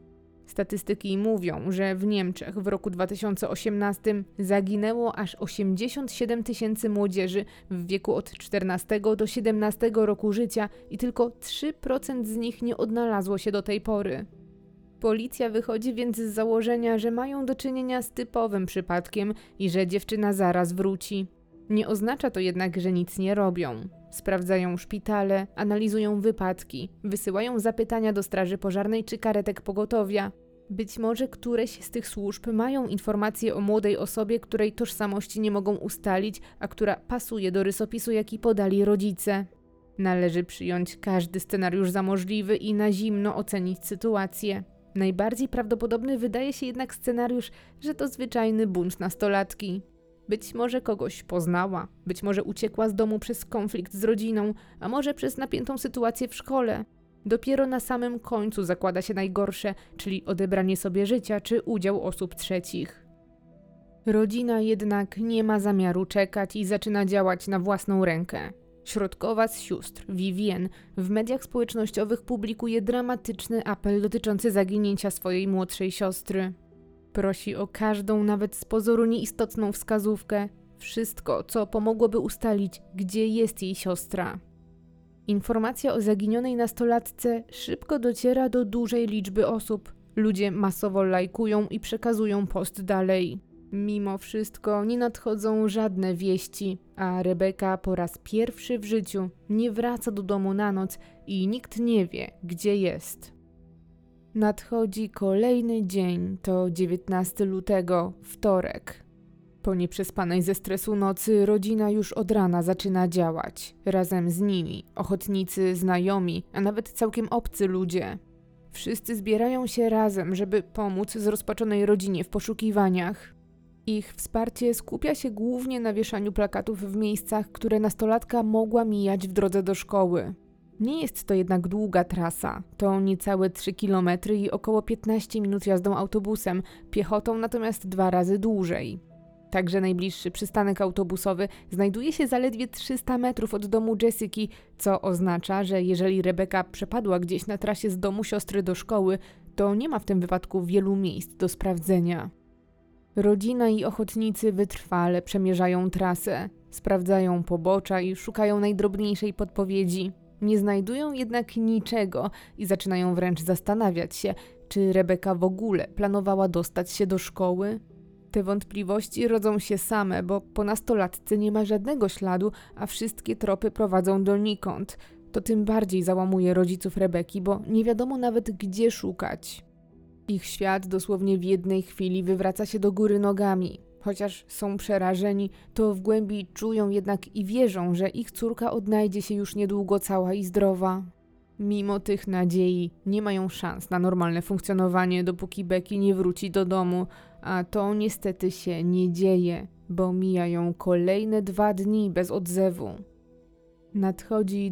Statystyki mówią, że w Niemczech w roku 2018 zaginęło aż 87 000 młodzieży w wieku od 14 do 17 roku życia i tylko 3% z nich nie odnalazło się do tej pory. Policja wychodzi więc z założenia, że mają do czynienia z typowym przypadkiem i że dziewczyna zaraz wróci. Nie oznacza to jednak, że nic nie robią. Sprawdzają szpitale, analizują wypadki, wysyłają zapytania do straży pożarnej czy karetek pogotowia. Być może któreś z tych służb mają informacje o młodej osobie, której tożsamości nie mogą ustalić, a która pasuje do rysopisu, jaki podali rodzice. Należy przyjąć każdy scenariusz za możliwy i na zimno ocenić sytuację. Najbardziej prawdopodobny wydaje się jednak scenariusz, że to zwyczajny bunt nastolatki. Być może kogoś poznała, być może uciekła z domu przez konflikt z rodziną, a może przez napiętą sytuację w szkole. Dopiero na samym końcu zakłada się najgorsze, czyli odebranie sobie życia czy udział osób trzecich. Rodzina jednak nie ma zamiaru czekać i zaczyna działać na własną rękę. Środkowa z sióstr, Vivien, w mediach społecznościowych publikuje dramatyczny apel dotyczący zaginięcia swojej młodszej siostry. Prosi o każdą, nawet z pozoru nieistotną wskazówkę, wszystko, co pomogłoby ustalić, gdzie jest jej siostra. Informacja o zaginionej nastolatce szybko dociera do dużej liczby osób. Ludzie masowo lajkują i przekazują post dalej. Mimo wszystko nie nadchodzą żadne wieści, a Rebeka po raz pierwszy w życiu nie wraca do domu na noc i nikt nie wie, gdzie jest. Nadchodzi kolejny dzień, to 19 lutego, wtorek. Po nieprzespanej ze stresu nocy rodzina już od rana zaczyna działać. Razem z nimi ochotnicy, znajomi, a nawet całkiem obcy ludzie. Wszyscy zbierają się razem, żeby pomóc zrozpaczonej rodzinie w poszukiwaniach. Ich wsparcie skupia się głównie na wieszaniu plakatów w miejscach, które nastolatka mogła mijać w drodze do szkoły. Nie jest to jednak długa trasa, to niecałe 3 km i około 15 minut jazdą autobusem, piechotą natomiast 2 razy dłużej. Także najbliższy przystanek autobusowy znajduje się zaledwie 300 metrów od domu Jessiki, co oznacza, że jeżeli Rebeka przepadła gdzieś na trasie z domu siostry do szkoły, to nie ma w tym wypadku wielu miejsc do sprawdzenia. Rodzina i ochotnicy wytrwale przemierzają trasę, sprawdzają pobocza i szukają najdrobniejszej podpowiedzi. Nie znajdują jednak niczego i zaczynają wręcz zastanawiać się, czy Rebeka w ogóle planowała dostać się do szkoły. Te wątpliwości rodzą się same, bo po nastolatce nie ma żadnego śladu, a wszystkie tropy prowadzą donikąd. To tym bardziej załamuje rodziców Rebeki, bo nie wiadomo nawet gdzie szukać. Ich świat dosłownie w jednej chwili wywraca się do góry nogami. Chociaż są przerażeni, to w głębi czują jednak i wierzą, że ich córka odnajdzie się już niedługo cała i zdrowa. Mimo tych nadziei nie mają szans na normalne funkcjonowanie, dopóki Becky nie wróci do domu, a to niestety się nie dzieje, bo mijają kolejne 2 dni bez odzewu. Nadchodzi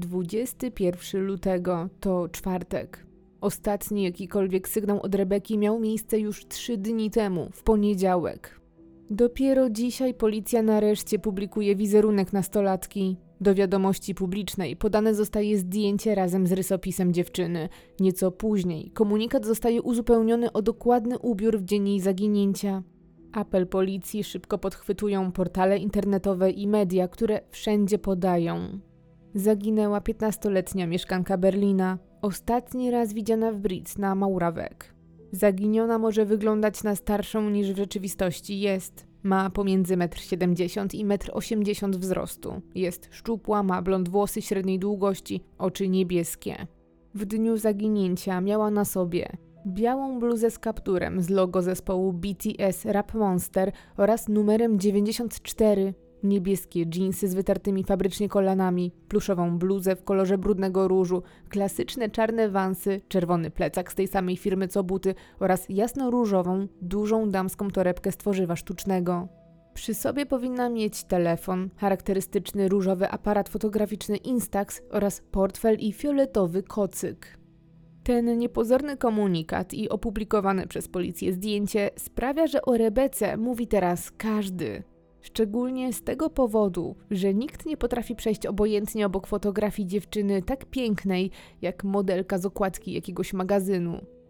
21 lutego, to czwartek. Ostatni jakikolwiek sygnał od Rebeki miał miejsce już 3 dni temu, w poniedziałek. Dopiero dzisiaj policja nareszcie publikuje wizerunek nastolatki. Do wiadomości publicznej podane zostaje zdjęcie razem z rysopisem dziewczyny. Nieco później komunikat zostaje uzupełniony o dokładny ubiór w dzień jej zaginięcia. Apel policji szybko podchwytują portale internetowe i media, które wszędzie podają. Zaginęła 15-letnia mieszkanka Berlina, ostatni raz widziana w Britz na Mauravec. Zaginiona może wyglądać na starszą niż w rzeczywistości jest. Ma pomiędzy 1,70 m i 1,80 m wzrostu. Jest szczupła, ma blond włosy średniej długości, oczy niebieskie. W dniu zaginięcia miała na sobie białą bluzę z kapturem z logo zespołu BTS Rap Monster oraz numerem 94, niebieskie dżinsy z wytartymi fabrycznie kolanami, pluszową bluzę w kolorze brudnego różu, klasyczne czarne wansy, czerwony plecak z tej samej firmy co buty oraz jasno-różową, dużą damską torebkę z tworzywa sztucznego. Przy sobie powinna mieć telefon, charakterystyczny różowy aparat fotograficzny Instax oraz portfel i fioletowy kocyk. Ten niepozorny komunikat i opublikowane przez policję zdjęcie sprawia, że o Rebece mówi teraz każdy. Szczególnie z tego powodu, że nikt nie potrafi przejść obojętnie obok fotografii dziewczyny tak pięknej, jak modelka z okładki jakiegoś magazynu.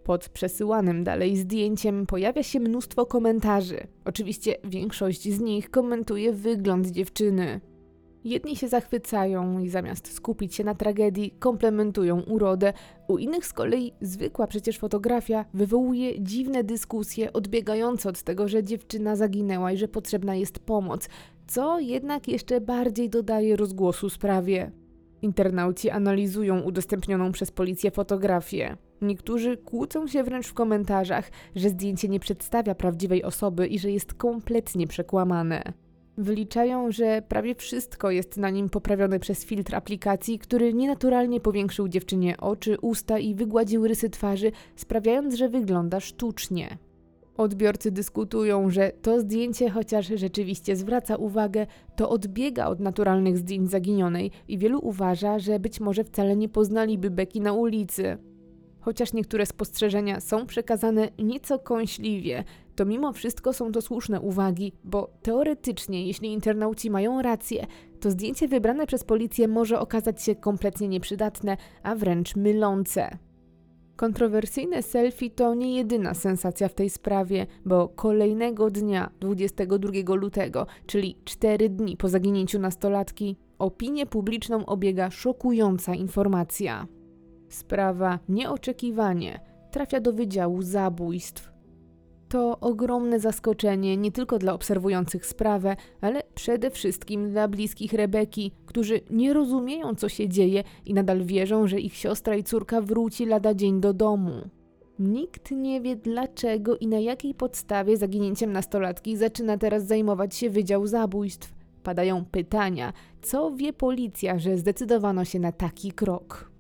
Pod przesyłanym dalej zdjęciem pojawia się mnóstwo komentarzy. Oczywiście większość z nich komentuje wygląd dziewczyny. Jedni się zachwycają i zamiast skupić się na tragedii, komplementują urodę. U innych z kolei zwykła przecież fotografia wywołuje dziwne dyskusje odbiegające od tego, że dziewczyna zaginęła i że potrzebna jest pomoc, co jednak jeszcze bardziej dodaje rozgłosu sprawie. Internauci analizują udostępnioną przez policję fotografię. Niektórzy kłócą się wręcz w komentarzach, że zdjęcie nie przedstawia prawdziwej osoby i że jest kompletnie przekłamane. Wyliczają, że prawie wszystko jest na nim poprawione przez filtr aplikacji, który nienaturalnie powiększył dziewczynie oczy, usta i wygładził rysy twarzy, sprawiając, że wygląda sztucznie. Odbiorcy dyskutują, że to zdjęcie, chociaż rzeczywiście zwraca uwagę, to odbiega od naturalnych zdjęć zaginionej i wielu uważa, że być może wcale nie poznaliby Becky na ulicy. Chociaż niektóre spostrzeżenia są przekazane nieco kąśliwie, to mimo wszystko są to słuszne uwagi, bo teoretycznie, jeśli internauci mają rację, to zdjęcie wybrane przez policję może okazać się kompletnie nieprzydatne, a wręcz mylące. Kontrowersyjne selfie to nie jedyna sensacja w tej sprawie, bo kolejnego dnia, 22 lutego, czyli 4 dni po zaginięciu nastolatki, opinię publiczną obiega szokująca informacja. Sprawa nieoczekiwanie trafia do Wydziału Zabójstw. To ogromne zaskoczenie nie tylko dla obserwujących sprawę, ale przede wszystkim dla bliskich Rebeki, którzy nie rozumieją, co się dzieje i nadal wierzą, że ich siostra i córka wróci lada dzień do domu. Nikt nie wie, dlaczego i na jakiej podstawie zaginięciem nastolatki zaczyna teraz zajmować się Wydział Zabójstw. Padają pytania, co wie policja, że zdecydowano się na taki krok.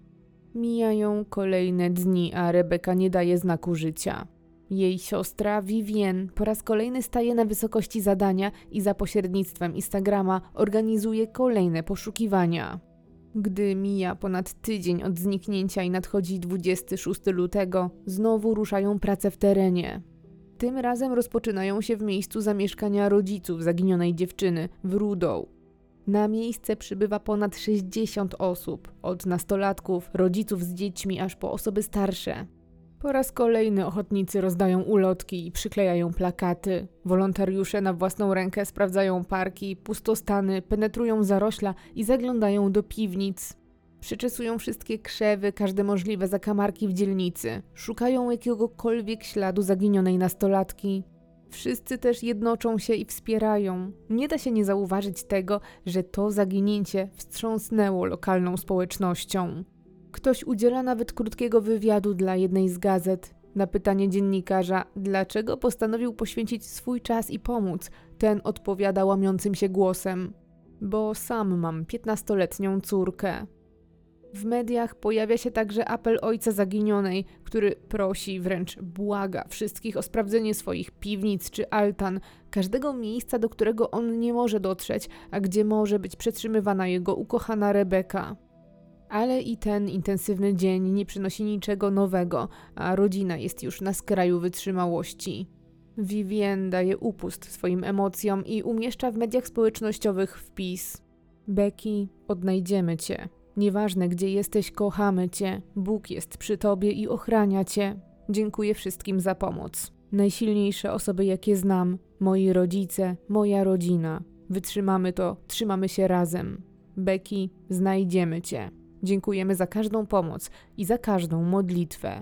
Mijają kolejne dni, a Rebeka nie daje znaku życia. Jej siostra Vivienne po raz kolejny staje na wysokości zadania i za pośrednictwem Instagrama organizuje kolejne poszukiwania. Gdy mija ponad tydzień od zniknięcia i nadchodzi 26 lutego, znowu ruszają prace w terenie. Tym razem rozpoczynają się w miejscu zamieszkania rodziców zaginionej dziewczyny, w Rudow. Na miejsce przybywa ponad 60 osób, od nastolatków, rodziców z dziećmi aż po osoby starsze. Po raz kolejny ochotnicy rozdają ulotki i przyklejają plakaty. Wolontariusze na własną rękę sprawdzają parki, pustostany, penetrują zarośla i zaglądają do piwnic. Przeczesują wszystkie krzewy, każde możliwe zakamarki w dzielnicy. Szukają jakiegokolwiek śladu zaginionej nastolatki. Wszyscy też jednoczą się i wspierają. Nie da się nie zauważyć tego, że to zaginięcie wstrząsnęło lokalną społecznością. Ktoś udziela nawet krótkiego wywiadu dla jednej z gazet. Na pytanie dziennikarza, dlaczego postanowił poświęcić swój czas i pomóc, ten odpowiada łamiącym się głosem: bo sam mam 15-letnią córkę. W mediach pojawia się także apel ojca zaginionej, który prosi, wręcz błaga wszystkich o sprawdzenie swoich piwnic czy altan, każdego miejsca, do którego on nie może dotrzeć, a gdzie może być przetrzymywana jego ukochana Rebeka. Ale i ten intensywny dzień nie przynosi niczego nowego, a rodzina jest już na skraju wytrzymałości. Vivienne daje upust swoim emocjom i umieszcza w mediach społecznościowych wpis: Becky, odnajdziemy cię. Nieważne gdzie jesteś, kochamy cię. Bóg jest przy tobie i ochrania cię. Dziękuję wszystkim za pomoc. Najsilniejsze osoby jakie znam, moi rodzice, moja rodzina. Wytrzymamy to, trzymamy się razem. Becky, znajdziemy cię. Dziękujemy za każdą pomoc i za każdą modlitwę.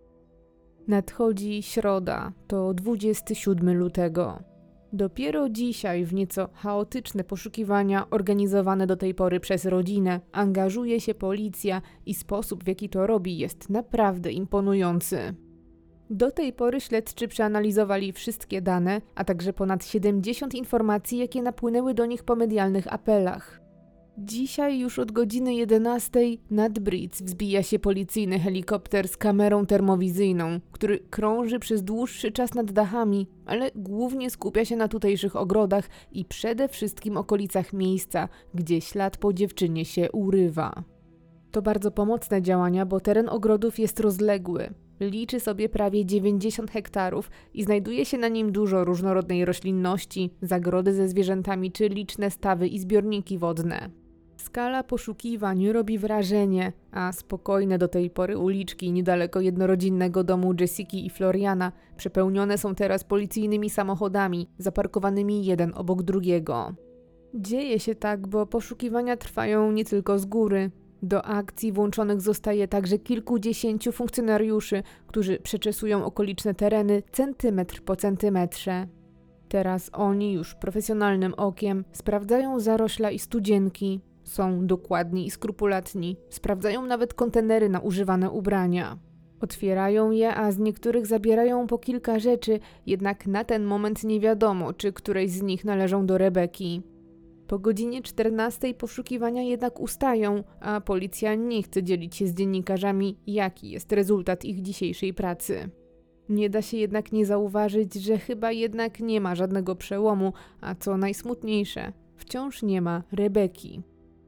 Nadchodzi środa, to 27 lutego. Dopiero dzisiaj w nieco chaotyczne poszukiwania organizowane do tej pory przez rodzinę angażuje się policja i sposób, w jaki to robi, jest naprawdę imponujący. Do tej pory śledczy przeanalizowali wszystkie dane, a także ponad 70 informacji, jakie napłynęły do nich po medialnych apelach. Dzisiaj już od godziny 11 nad Bridge wzbija się policyjny helikopter z kamerą termowizyjną, który krąży przez dłuższy czas nad dachami, ale głównie skupia się na tutejszych ogrodach i przede wszystkim okolicach miejsca, gdzie ślad po dziewczynie się urywa. To bardzo pomocne działania, bo teren ogrodów jest rozległy. Liczy sobie prawie 90 hektarów i znajduje się na nim dużo różnorodnej roślinności, zagrody ze zwierzętami czy liczne stawy i zbiorniki wodne. Z Skala poszukiwań robi wrażenie, a spokojne do tej pory uliczki niedaleko jednorodzinnego domu Jessiki i Floriana przepełnione są teraz policyjnymi samochodami, zaparkowanymi jeden obok drugiego. Dzieje się tak, bo poszukiwania trwają nie tylko z góry. Do akcji włączonych zostaje także kilkudziesięciu funkcjonariuszy, którzy przeczesują okoliczne tereny centymetr po centymetrze. Teraz oni już profesjonalnym okiem sprawdzają zarośla i studzienki. Są dokładni i skrupulatni. Sprawdzają nawet kontenery na używane ubrania. Otwierają je, a z niektórych zabierają po kilka rzeczy, jednak na ten moment nie wiadomo, czy któreś z nich należą do Rebeki. Po godzinie 14 poszukiwania jednak ustają, a policja nie chce dzielić się z dziennikarzami, jaki jest rezultat ich dzisiejszej pracy. Nie da się jednak nie zauważyć, że chyba jednak nie ma żadnego przełomu, a co najsmutniejsze, wciąż nie ma Rebeki.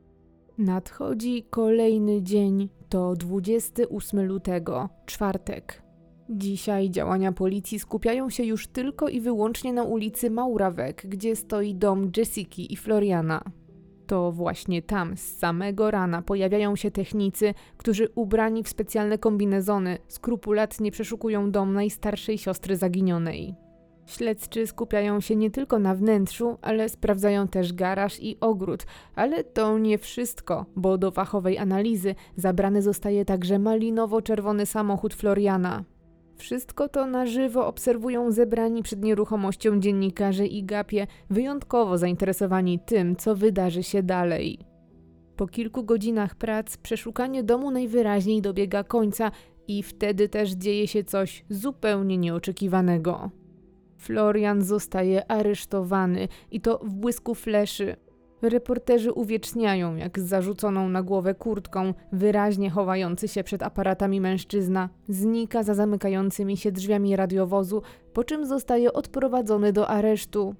Nadchodzi kolejny dzień, to 28 lutego, czwartek. Dzisiaj działania policji skupiają się już tylko i wyłącznie na ulicy Mauravec, gdzie stoi dom Jessiki i Floriana. To właśnie tam z samego rana pojawiają się technicy, którzy ubrani w specjalne kombinezony skrupulatnie przeszukują dom najstarszej siostry zaginionej. Śledczy skupiają się nie tylko na wnętrzu, ale sprawdzają też garaż i ogród, ale to nie wszystko, bo do fachowej analizy zabrany zostaje także malinowo-czerwony samochód Floriana. Wszystko to na żywo obserwują zebrani przed nieruchomością dziennikarze i gapie, wyjątkowo zainteresowani tym, co wydarzy się dalej. Po kilku godzinach prac przeszukanie domu najwyraźniej dobiega końca i wtedy też dzieje się coś zupełnie nieoczekiwanego. Florian zostaje aresztowany i to w błysku fleszy. Reporterzy uwieczniają, jak z zarzuconą na głowę kurtką, wyraźnie chowający się przed aparatami mężczyzna znika za zamykającymi się drzwiami radiowozu, po czym zostaje odprowadzony do aresztu.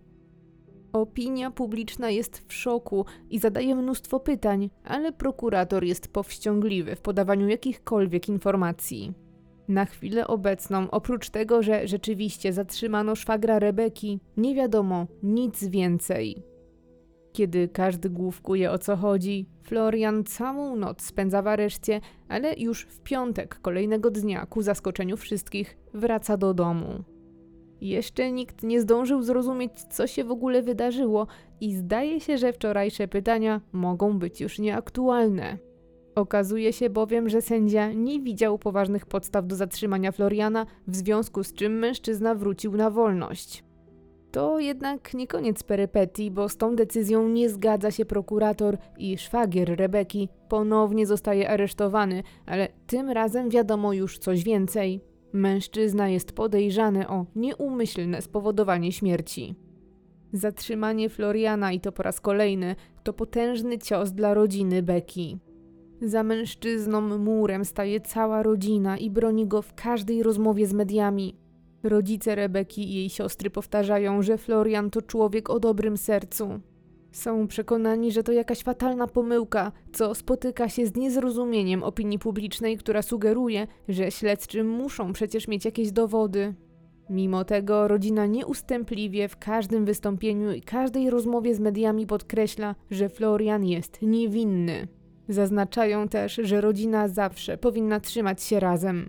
Opinia publiczna jest w szoku i zadaje mnóstwo pytań, ale prokurator jest powściągliwy w podawaniu jakichkolwiek informacji. Na chwilę obecną, oprócz tego, że rzeczywiście zatrzymano szwagra Rebeki, nie wiadomo nic więcej. Kiedy każdy główkuje, o co chodzi, Florian całą noc spędza w areszcie, ale już w piątek kolejnego dnia, ku zaskoczeniu wszystkich, wraca do domu. Jeszcze nikt nie zdążył zrozumieć, co się w ogóle wydarzyło i zdaje się, że wczorajsze pytania mogą być już nieaktualne. Okazuje się bowiem, że sędzia nie widział poważnych podstaw do zatrzymania Floriana, w związku z czym mężczyzna wrócił na wolność. To jednak nie koniec perypetii, bo z tą decyzją nie zgadza się prokurator i szwagier Rebeki ponownie zostaje aresztowany, ale tym razem wiadomo już coś więcej. Mężczyzna jest podejrzany o nieumyślne spowodowanie śmierci. Zatrzymanie Floriana, i to po raz kolejny, to potężny cios dla rodziny Beki. Za mężczyzną murem staje cała rodzina i broni go w każdej rozmowie z mediami. Rodzice Rebeki i jej siostry powtarzają, że Florian to człowiek o dobrym sercu. Są przekonani, że to jakaś fatalna pomyłka, co spotyka się z niezrozumieniem opinii publicznej, która sugeruje, że śledczy muszą przecież mieć jakieś dowody. Mimo tego rodzina nieustępliwie w każdym wystąpieniu i każdej rozmowie z mediami podkreśla, że Florian jest niewinny. Zaznaczają też, że rodzina zawsze powinna trzymać się razem.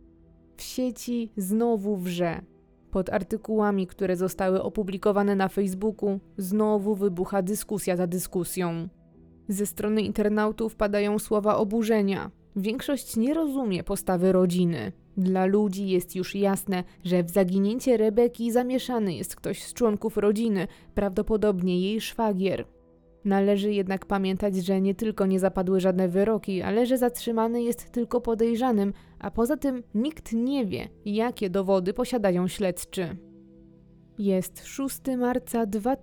W sieci znowu wrze. Pod artykułami, które zostały opublikowane na Facebooku, znowu wybucha dyskusja za dyskusją. Ze strony internautów padają słowa oburzenia. Większość nie rozumie postawy rodziny. Dla ludzi jest już jasne, że w zaginięcie Rebeki zamieszany jest ktoś z członków rodziny, prawdopodobnie jej szwagier. Należy jednak pamiętać, że nie tylko nie zapadły żadne wyroki, ale że zatrzymany jest tylko podejrzanym, a poza tym nikt nie wie, jakie dowody posiadają śledczy. Jest 6 marca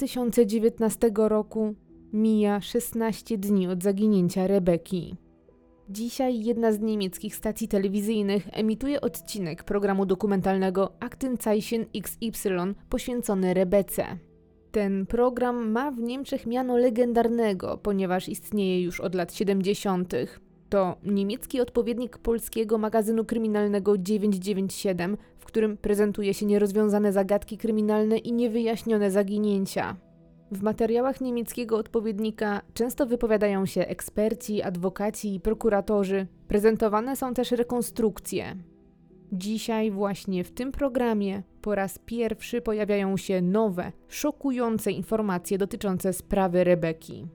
2019 roku, mija 16 dni od zaginięcia Rebeki. Dzisiaj jedna z niemieckich stacji telewizyjnych emituje odcinek programu dokumentalnego Aktenzeichen XY poświęcony Rebece. Ten program ma w Niemczech miano legendarnego, ponieważ istnieje już od lat 70. To niemiecki odpowiednik polskiego magazynu kryminalnego 997, w którym prezentuje się nierozwiązane zagadki kryminalne i niewyjaśnione zaginięcia. W materiałach niemieckiego odpowiednika często wypowiadają się eksperci, adwokaci i prokuratorzy. Prezentowane są też rekonstrukcje. Dzisiaj właśnie w tym programie po raz pierwszy pojawiają się nowe, szokujące informacje dotyczące sprawy Rebeki.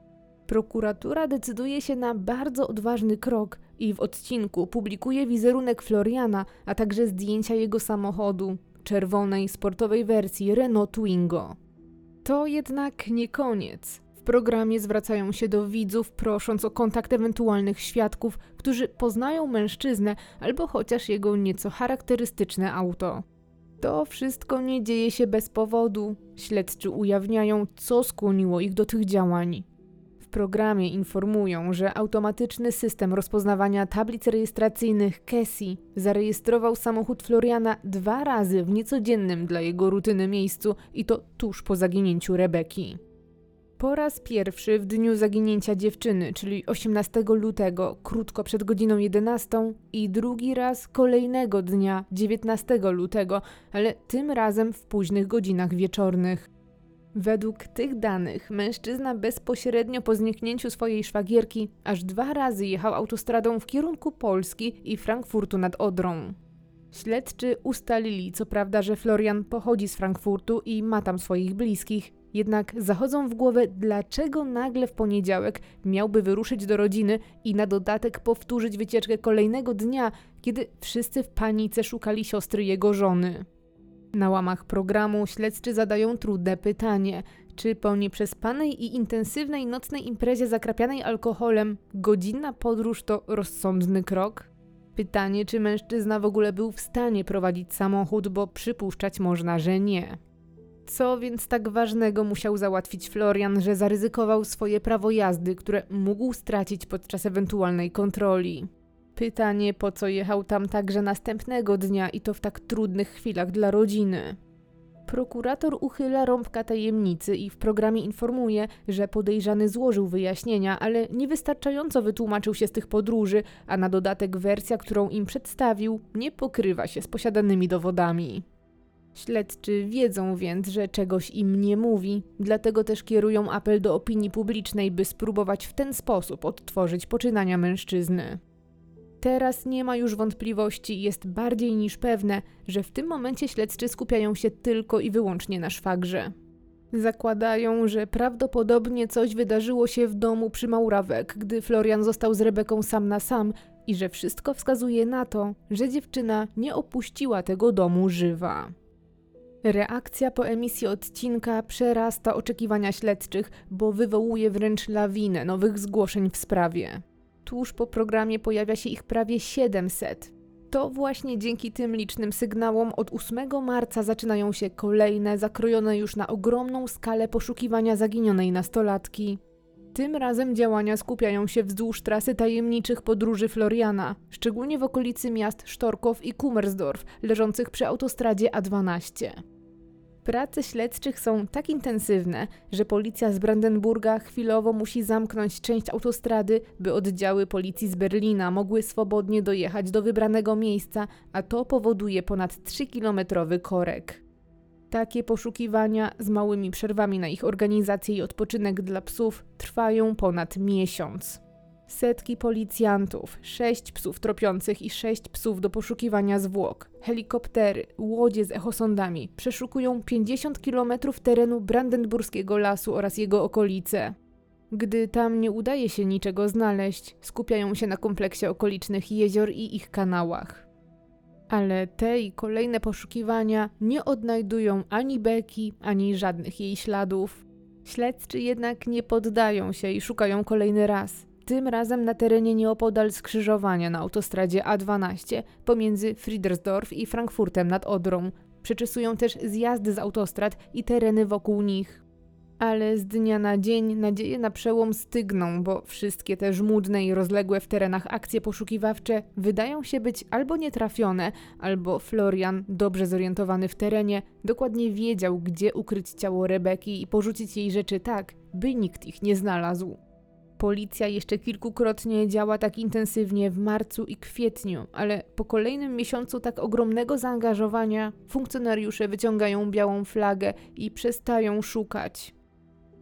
Prokuratura decyduje się na bardzo odważny krok i w odcinku publikuje wizerunek Floriana, a także zdjęcia jego samochodu, czerwonej sportowej wersji Renault Twingo. To jednak nie koniec. W programie zwracają się do widzów, prosząc o kontakt ewentualnych świadków, którzy poznają mężczyznę albo chociaż jego nieco charakterystyczne auto. To wszystko nie dzieje się bez powodu. Śledczy ujawniają, co skłoniło ich do tych działań. W programie informują, że automatyczny system rozpoznawania tablic rejestracyjnych Casey zarejestrował samochód Floriana 2 razy w niecodziennym dla jego rutyny miejscu i to tuż po zaginięciu Rebeki. Po raz pierwszy w dniu zaginięcia dziewczyny, czyli 18 lutego, krótko przed godziną 11 i drugi raz kolejnego dnia, 19 lutego, ale tym razem w późnych godzinach wieczornych. Według tych danych mężczyzna bezpośrednio po zniknięciu swojej szwagierki aż 2 razy jechał autostradą w kierunku Polski i Frankfurtu nad Odrą. Śledczy ustalili co prawda, że Florian pochodzi z Frankfurtu i ma tam swoich bliskich, jednak zachodzą w głowę, dlaczego nagle w poniedziałek miałby wyruszyć do rodziny i na dodatek powtórzyć wycieczkę kolejnego dnia, kiedy wszyscy w panice szukali siostry jego żony. Na łamach programu śledczy zadają trudne pytanie, czy po nieprzespanej i intensywnej nocnej imprezie zakrapianej alkoholem godzinna podróż to rozsądny krok? Pytanie, czy mężczyzna w ogóle był w stanie prowadzić samochód, bo przypuszczać można, że nie. Co więc tak ważnego musiał załatwić Florian, że zaryzykował swoje prawo jazdy, które mógł stracić podczas ewentualnej kontroli? Pytanie, po co jechał tam także następnego dnia i to w tak trudnych chwilach dla rodziny. Prokurator uchyla rąbka tajemnicy i w programie informuje, że podejrzany złożył wyjaśnienia, ale niewystarczająco wytłumaczył się z tych podróży, a na dodatek wersja, którą im przedstawił, nie pokrywa się z posiadanymi dowodami. Śledczy wiedzą więc, że czegoś im nie mówi, dlatego też kierują apel do opinii publicznej, by spróbować w ten sposób odtworzyć poczynania mężczyzny. Teraz nie ma już wątpliwości i jest bardziej niż pewne, że w tym momencie śledczy skupiają się tylko i wyłącznie na szwagrze. Zakładają, że prawdopodobnie coś wydarzyło się w domu przy Maurawek, gdy Florian został z Rebeką sam na sam i że wszystko wskazuje na to, że dziewczyna nie opuściła tego domu żywa. Reakcja po emisji odcinka przerasta oczekiwania śledczych, bo wywołuje wręcz lawinę nowych zgłoszeń w sprawie. Tuż po programie pojawia się ich prawie 700. To właśnie dzięki tym licznym sygnałom od 8 marca zaczynają się kolejne, zakrojone już na ogromną skalę poszukiwania zaginionej nastolatki. Tym razem działania skupiają się wzdłuż trasy tajemniczych podróży Floriana, szczególnie w okolicy miast Sztorkow i Kummersdorf, leżących przy autostradzie A12. Prace śledczych są tak intensywne, że policja z Brandenburga chwilowo musi zamknąć część autostrady, by oddziały policji z Berlina mogły swobodnie dojechać do wybranego miejsca, a to powoduje ponad 3-kilometrowy korek. Takie poszukiwania z małymi przerwami na ich organizację i odpoczynek dla psów trwają ponad miesiąc. Setki policjantów, 6 psów tropiących i 6 psów do poszukiwania zwłok, helikoptery, łodzie z echosondami przeszukują 50 km terenu brandenburskiego lasu oraz jego okolice. Gdy tam nie udaje się niczego znaleźć, skupiają się na kompleksie okolicznych jezior i ich kanałach. Ale te i kolejne poszukiwania nie odnajdują ani Beki, ani żadnych jej śladów. Śledczy jednak nie poddają się i szukają kolejny raz. Tym razem na terenie nieopodal skrzyżowania na autostradzie A12 pomiędzy Friedersdorf i Frankfurtem nad Odrą. Przeczesują też zjazdy z autostrad i tereny wokół nich. Ale z dnia na dzień nadzieje na przełom stygną, bo wszystkie te żmudne i rozległe w terenach akcje poszukiwawcze wydają się być albo nietrafione, albo Florian, dobrze zorientowany w terenie, dokładnie wiedział, gdzie ukryć ciało Rebeki i porzucić jej rzeczy tak, by nikt ich nie znalazł. Policja jeszcze kilkukrotnie działa tak intensywnie w marcu i kwietniu, ale po kolejnym miesiącu tak ogromnego zaangażowania funkcjonariusze wyciągają białą flagę i przestają szukać.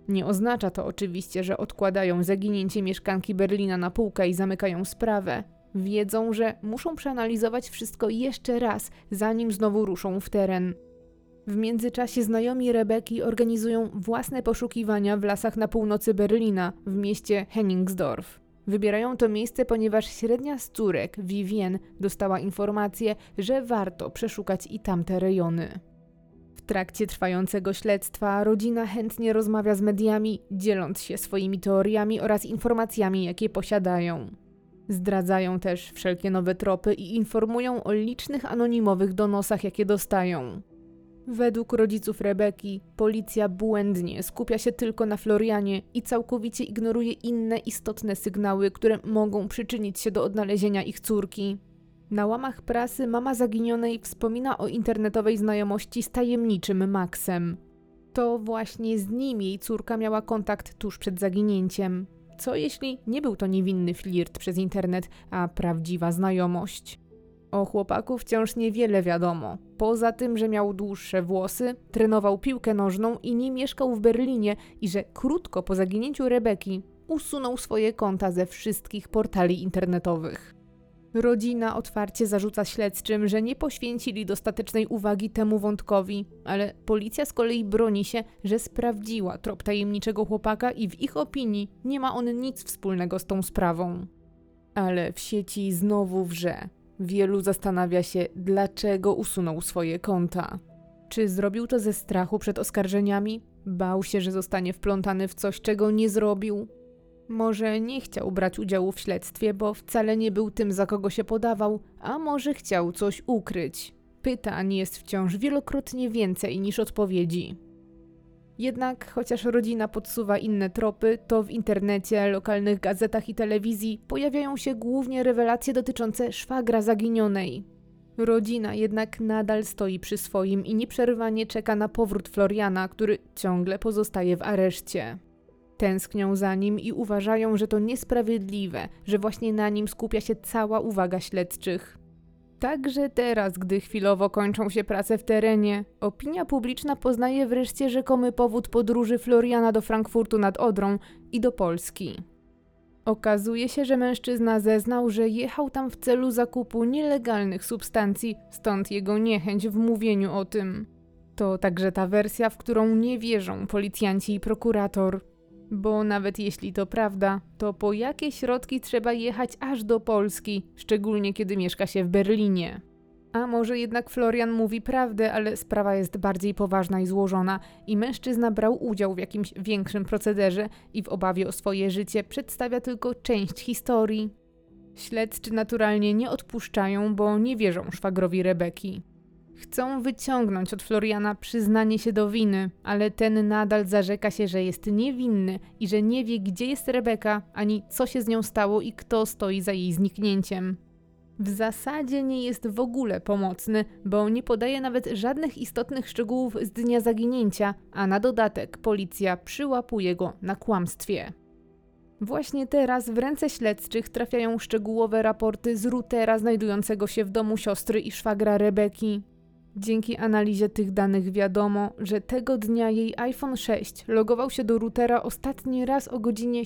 Nie oznacza to oczywiście, że odkładają zaginięcie mieszkanki Berlina na półkę i zamykają sprawę. Wiedzą, że muszą przeanalizować wszystko jeszcze raz, zanim znowu ruszą w teren. W międzyczasie znajomi Rebeki organizują własne poszukiwania w lasach na północy Berlina, w mieście Hennigsdorf. Wybierają to miejsce, ponieważ średnia z córek, Vivien, dostała informację, że warto przeszukać i tamte rejony. W trakcie trwającego śledztwa rodzina chętnie rozmawia z mediami, dzieląc się swoimi teoriami oraz informacjami, jakie posiadają. Zdradzają też wszelkie nowe tropy i informują o licznych anonimowych donosach, jakie dostają. Według rodziców Rebeki, policja błędnie skupia się tylko na Florianie i całkowicie ignoruje inne istotne sygnały, które mogą przyczynić się do odnalezienia ich córki. Na łamach prasy mama zaginionej wspomina o internetowej znajomości z tajemniczym Maxem. To właśnie z nim jej córka miała kontakt tuż przed zaginięciem. Co jeśli nie był to niewinny flirt przez internet, a prawdziwa znajomość? O chłopaku wciąż niewiele wiadomo. Poza tym, że miał dłuższe włosy, trenował piłkę nożną i nie mieszkał w Berlinie i że krótko po zaginięciu Rebeki usunął swoje konta ze wszystkich portali internetowych. Rodzina otwarcie zarzuca śledczym, że nie poświęcili dostatecznej uwagi temu wątkowi, ale policja z kolei broni się, że sprawdziła trop tajemniczego chłopaka i w ich opinii nie ma on nic wspólnego z tą sprawą. Ale w sieci znowu wrze. Wielu zastanawia się, dlaczego usunął swoje konta. Czy zrobił to ze strachu przed oskarżeniami? Bał się, że zostanie wplątany w coś, czego nie zrobił? Może nie chciał brać udziału w śledztwie, bo wcale nie był tym, za kogo się podawał, a może chciał coś ukryć. Pytań jest wciąż wielokrotnie więcej niż odpowiedzi. Jednak chociaż rodzina podsuwa inne tropy, to w internecie, lokalnych gazetach i telewizji pojawiają się głównie rewelacje dotyczące szwagra zaginionej. Rodzina jednak nadal stoi przy swoim i nieprzerwanie czeka na powrót Floriana, który ciągle pozostaje w areszcie. Tęsknią za nim i uważają, że to niesprawiedliwe, że właśnie na nim skupia się cała uwaga śledczych. Także teraz, gdy chwilowo kończą się prace w terenie, opinia publiczna poznaje wreszcie rzekomy powód podróży Floriana do Frankfurtu nad Odrą i do Polski. Okazuje się, że mężczyzna zeznał, że jechał tam w celu zakupu nielegalnych substancji, stąd jego niechęć w mówieniu o tym. To także ta wersja, w którą nie wierzą policjanci i prokurator. Bo nawet jeśli to prawda, to po jakie środki trzeba jechać aż do Polski, szczególnie kiedy mieszka się w Berlinie? A może jednak Florian mówi prawdę, ale sprawa jest bardziej poważna i złożona i mężczyzna brał udział w jakimś większym procederze i w obawie o swoje życie przedstawia tylko część historii. Śledczy naturalnie nie odpuszczają, bo nie wierzą szwagrowi Rebeki. Chcą wyciągnąć od Floriana przyznanie się do winy, ale ten nadal zarzeka się, że jest niewinny i że nie wie, gdzie jest Rebeka, ani co się z nią stało i kto stoi za jej zniknięciem. W zasadzie nie jest w ogóle pomocny, bo nie podaje nawet żadnych istotnych szczegółów z dnia zaginięcia, a na dodatek policja przyłapuje go na kłamstwie. Właśnie teraz w ręce śledczych trafiają szczegółowe raporty z routera znajdującego się w domu siostry i szwagra Rebeki. Dzięki analizie tych danych wiadomo, że tego dnia jej iPhone 6 logował się do routera ostatni raz o godzinie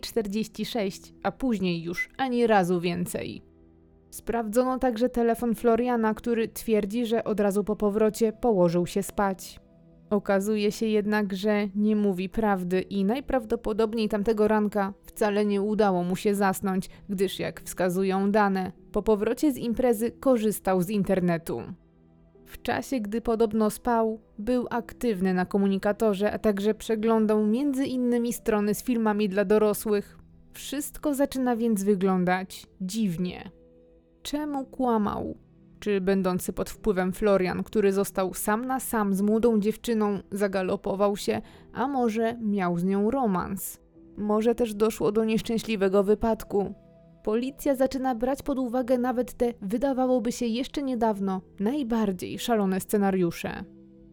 7:46, a później już ani razu więcej. Sprawdzono także telefon Floriana, który twierdzi, że od razu po powrocie położył się spać. Okazuje się jednak, że nie mówi prawdy i najprawdopodobniej tamtego ranka wcale nie udało mu się zasnąć, gdyż jak wskazują dane, po powrocie z imprezy korzystał z internetu. W czasie, gdy podobno spał, był aktywny na komunikatorze, a także przeglądał m.in. strony z filmami dla dorosłych. Wszystko zaczyna więc wyglądać dziwnie. Czemu kłamał? Czy będący pod wpływem Florian, który został sam na sam z młodą dziewczyną, zagalopował się, a może miał z nią romans? Może też doszło do nieszczęśliwego wypadku? Policja zaczyna brać pod uwagę nawet te, wydawałoby się jeszcze niedawno, najbardziej szalone scenariusze.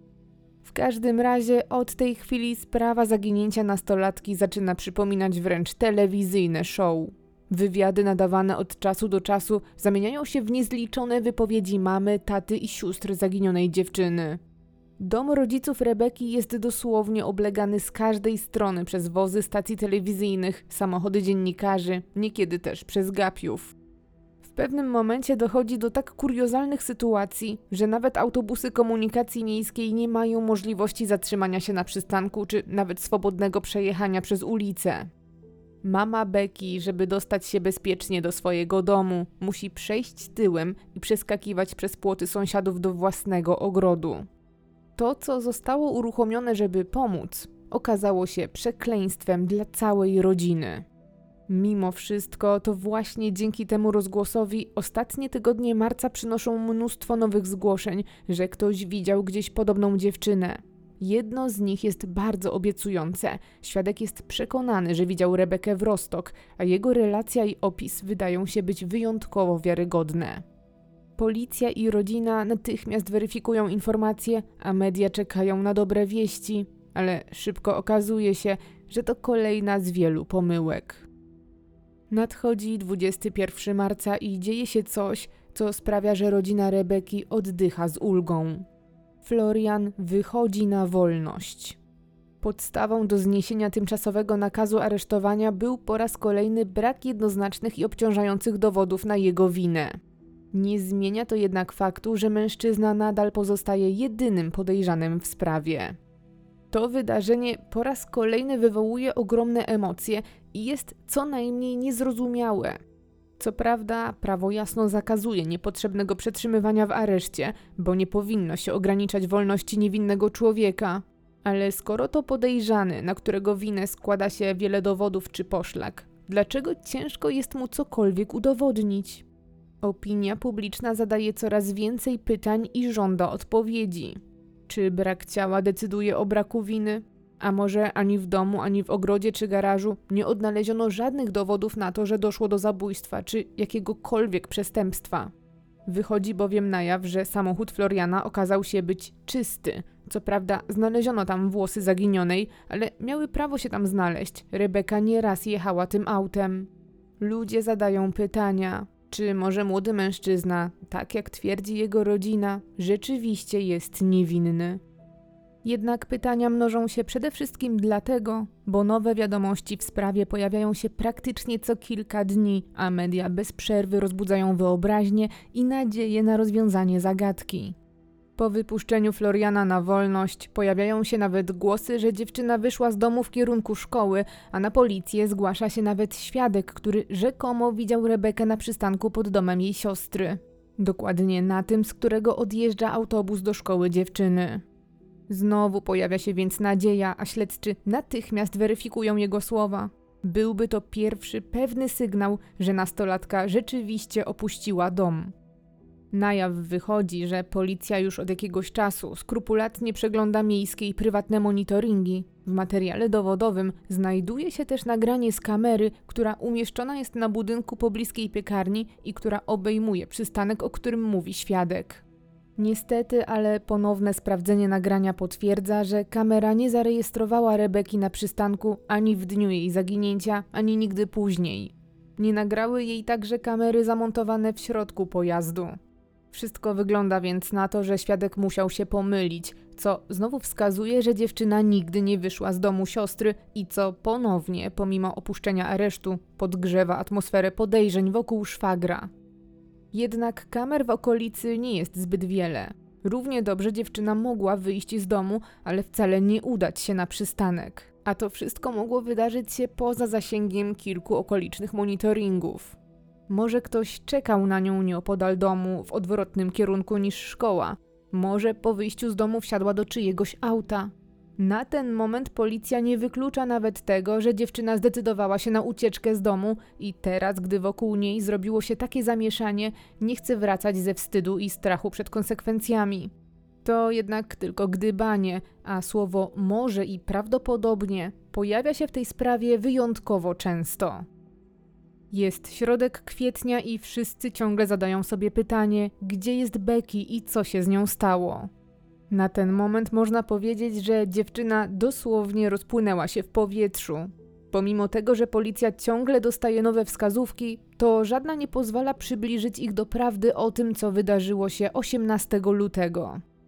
W każdym razie od tej chwili sprawa zaginięcia nastolatki zaczyna przypominać wręcz telewizyjne show. Wywiady nadawane od czasu do czasu zamieniają się w niezliczone wypowiedzi mamy, taty i sióstr zaginionej dziewczyny. Dom rodziców Rebeki jest dosłownie oblegany z każdej strony przez wozy stacji telewizyjnych, samochody dziennikarzy, niekiedy też przez gapiów. W pewnym momencie dochodzi do tak kuriozalnych sytuacji, że nawet autobusy komunikacji miejskiej nie mają możliwości zatrzymania się na przystanku czy nawet swobodnego przejechania przez ulicę. Mama Becky, żeby dostać się bezpiecznie do swojego domu, musi przejść tyłem i przeskakiwać przez płoty sąsiadów do własnego ogrodu. To, co zostało uruchomione, żeby pomóc, okazało się przekleństwem dla całej rodziny. Mimo wszystko, to właśnie dzięki temu rozgłosowi ostatnie tygodnie marca przynoszą mnóstwo nowych zgłoszeń, że ktoś widział gdzieś podobną dziewczynę. Jedno z nich jest bardzo obiecujące. Świadek jest przekonany, że widział Rebekę w Rostock, a jego relacja i opis wydają się być wyjątkowo wiarygodne. Policja i rodzina natychmiast weryfikują informacje, a media czekają na dobre wieści, ale szybko okazuje się, że to kolejna z wielu pomyłek. Nadchodzi 21 marca i dzieje się coś, co sprawia, że rodzina Rebeki oddycha z ulgą. Florian wychodzi na wolność. Podstawą do zniesienia tymczasowego nakazu aresztowania był po raz kolejny brak jednoznacznych i obciążających dowodów na jego winę. Nie zmienia to jednak faktu, że mężczyzna nadal pozostaje jedynym podejrzanym w sprawie. To wydarzenie po raz kolejny wywołuje ogromne emocje i jest co najmniej niezrozumiałe. Co prawda, prawo jasno zakazuje niepotrzebnego przetrzymywania w areszcie, bo nie powinno się ograniczać wolności niewinnego człowieka. Ale skoro to podejrzany, na którego winę składa się wiele dowodów czy poszlak, dlaczego ciężko jest mu cokolwiek udowodnić? Opinia publiczna zadaje coraz więcej pytań i żąda odpowiedzi. Czy brak ciała decyduje o braku winy? A może ani w domu, ani w ogrodzie czy garażu nie odnaleziono żadnych dowodów na to, że doszło do zabójstwa czy jakiegokolwiek przestępstwa? Wychodzi bowiem na jaw, że samochód Floriana okazał się być czysty. Co prawda znaleziono tam włosy zaginionej, ale miały prawo się tam znaleźć. Rebeka nieraz jechała tym autem. Ludzie zadają pytania. Czy może młody mężczyzna, tak jak twierdzi jego rodzina, rzeczywiście jest niewinny? Jednak pytania mnożą się przede wszystkim dlatego, bo nowe wiadomości w sprawie pojawiają się praktycznie co kilka dni, a media bez przerwy rozbudzają wyobraźnię i nadzieję na rozwiązanie zagadki. Po wypuszczeniu Floriana na wolność pojawiają się nawet głosy, że dziewczyna wyszła z domu w kierunku szkoły, a na policję zgłasza się nawet świadek, który rzekomo widział Rebekę na przystanku pod domem jej siostry. Dokładnie na tym, z którego odjeżdża autobus do szkoły dziewczyny. Znowu pojawia się więc nadzieja, a śledczy natychmiast weryfikują jego słowa. Byłby to pierwszy pewny sygnał, że nastolatka rzeczywiście opuściła dom. Na jaw wychodzi, że policja już od jakiegoś czasu skrupulatnie przegląda miejskie i prywatne monitoringi. W materiale dowodowym znajduje się też nagranie z kamery, która umieszczona jest na budynku pobliskiej piekarni i która obejmuje przystanek, o którym mówi świadek. Niestety, ale ponowne sprawdzenie nagrania potwierdza, że kamera nie zarejestrowała Rebeki na przystanku ani w dniu jej zaginięcia, ani nigdy później. Nie nagrały jej także kamery zamontowane w środku pojazdu. Wszystko wygląda więc na to, że świadek musiał się pomylić, co znowu wskazuje, że dziewczyna nigdy nie wyszła z domu siostry i co ponownie, pomimo opuszczenia aresztu, podgrzewa atmosferę podejrzeń wokół szwagra. Jednak kamer w okolicy nie jest zbyt wiele. Równie dobrze dziewczyna mogła wyjść z domu, ale wcale nie udać się na przystanek. A to wszystko mogło wydarzyć się poza zasięgiem kilku okolicznych monitoringów. Może ktoś czekał na nią nieopodal domu w odwrotnym kierunku niż szkoła. Może po wyjściu z domu wsiadła do czyjegoś auta. Na ten moment policja nie wyklucza nawet tego, że dziewczyna zdecydowała się na ucieczkę z domu i teraz, gdy wokół niej zrobiło się takie zamieszanie, nie chce wracać ze wstydu i strachu przed konsekwencjami. To jednak tylko gdybanie, a słowo może i prawdopodobnie pojawia się w tej sprawie wyjątkowo często. Jest środek kwietnia i wszyscy ciągle zadają sobie pytanie, gdzie jest Becky i co się z nią stało. Na ten moment można powiedzieć, że dziewczyna dosłownie rozpłynęła się w powietrzu. Pomimo tego, że policja ciągle dostaje nowe wskazówki, to żadna nie pozwala przybliżyć ich do prawdy o tym, co wydarzyło się 18 lutego.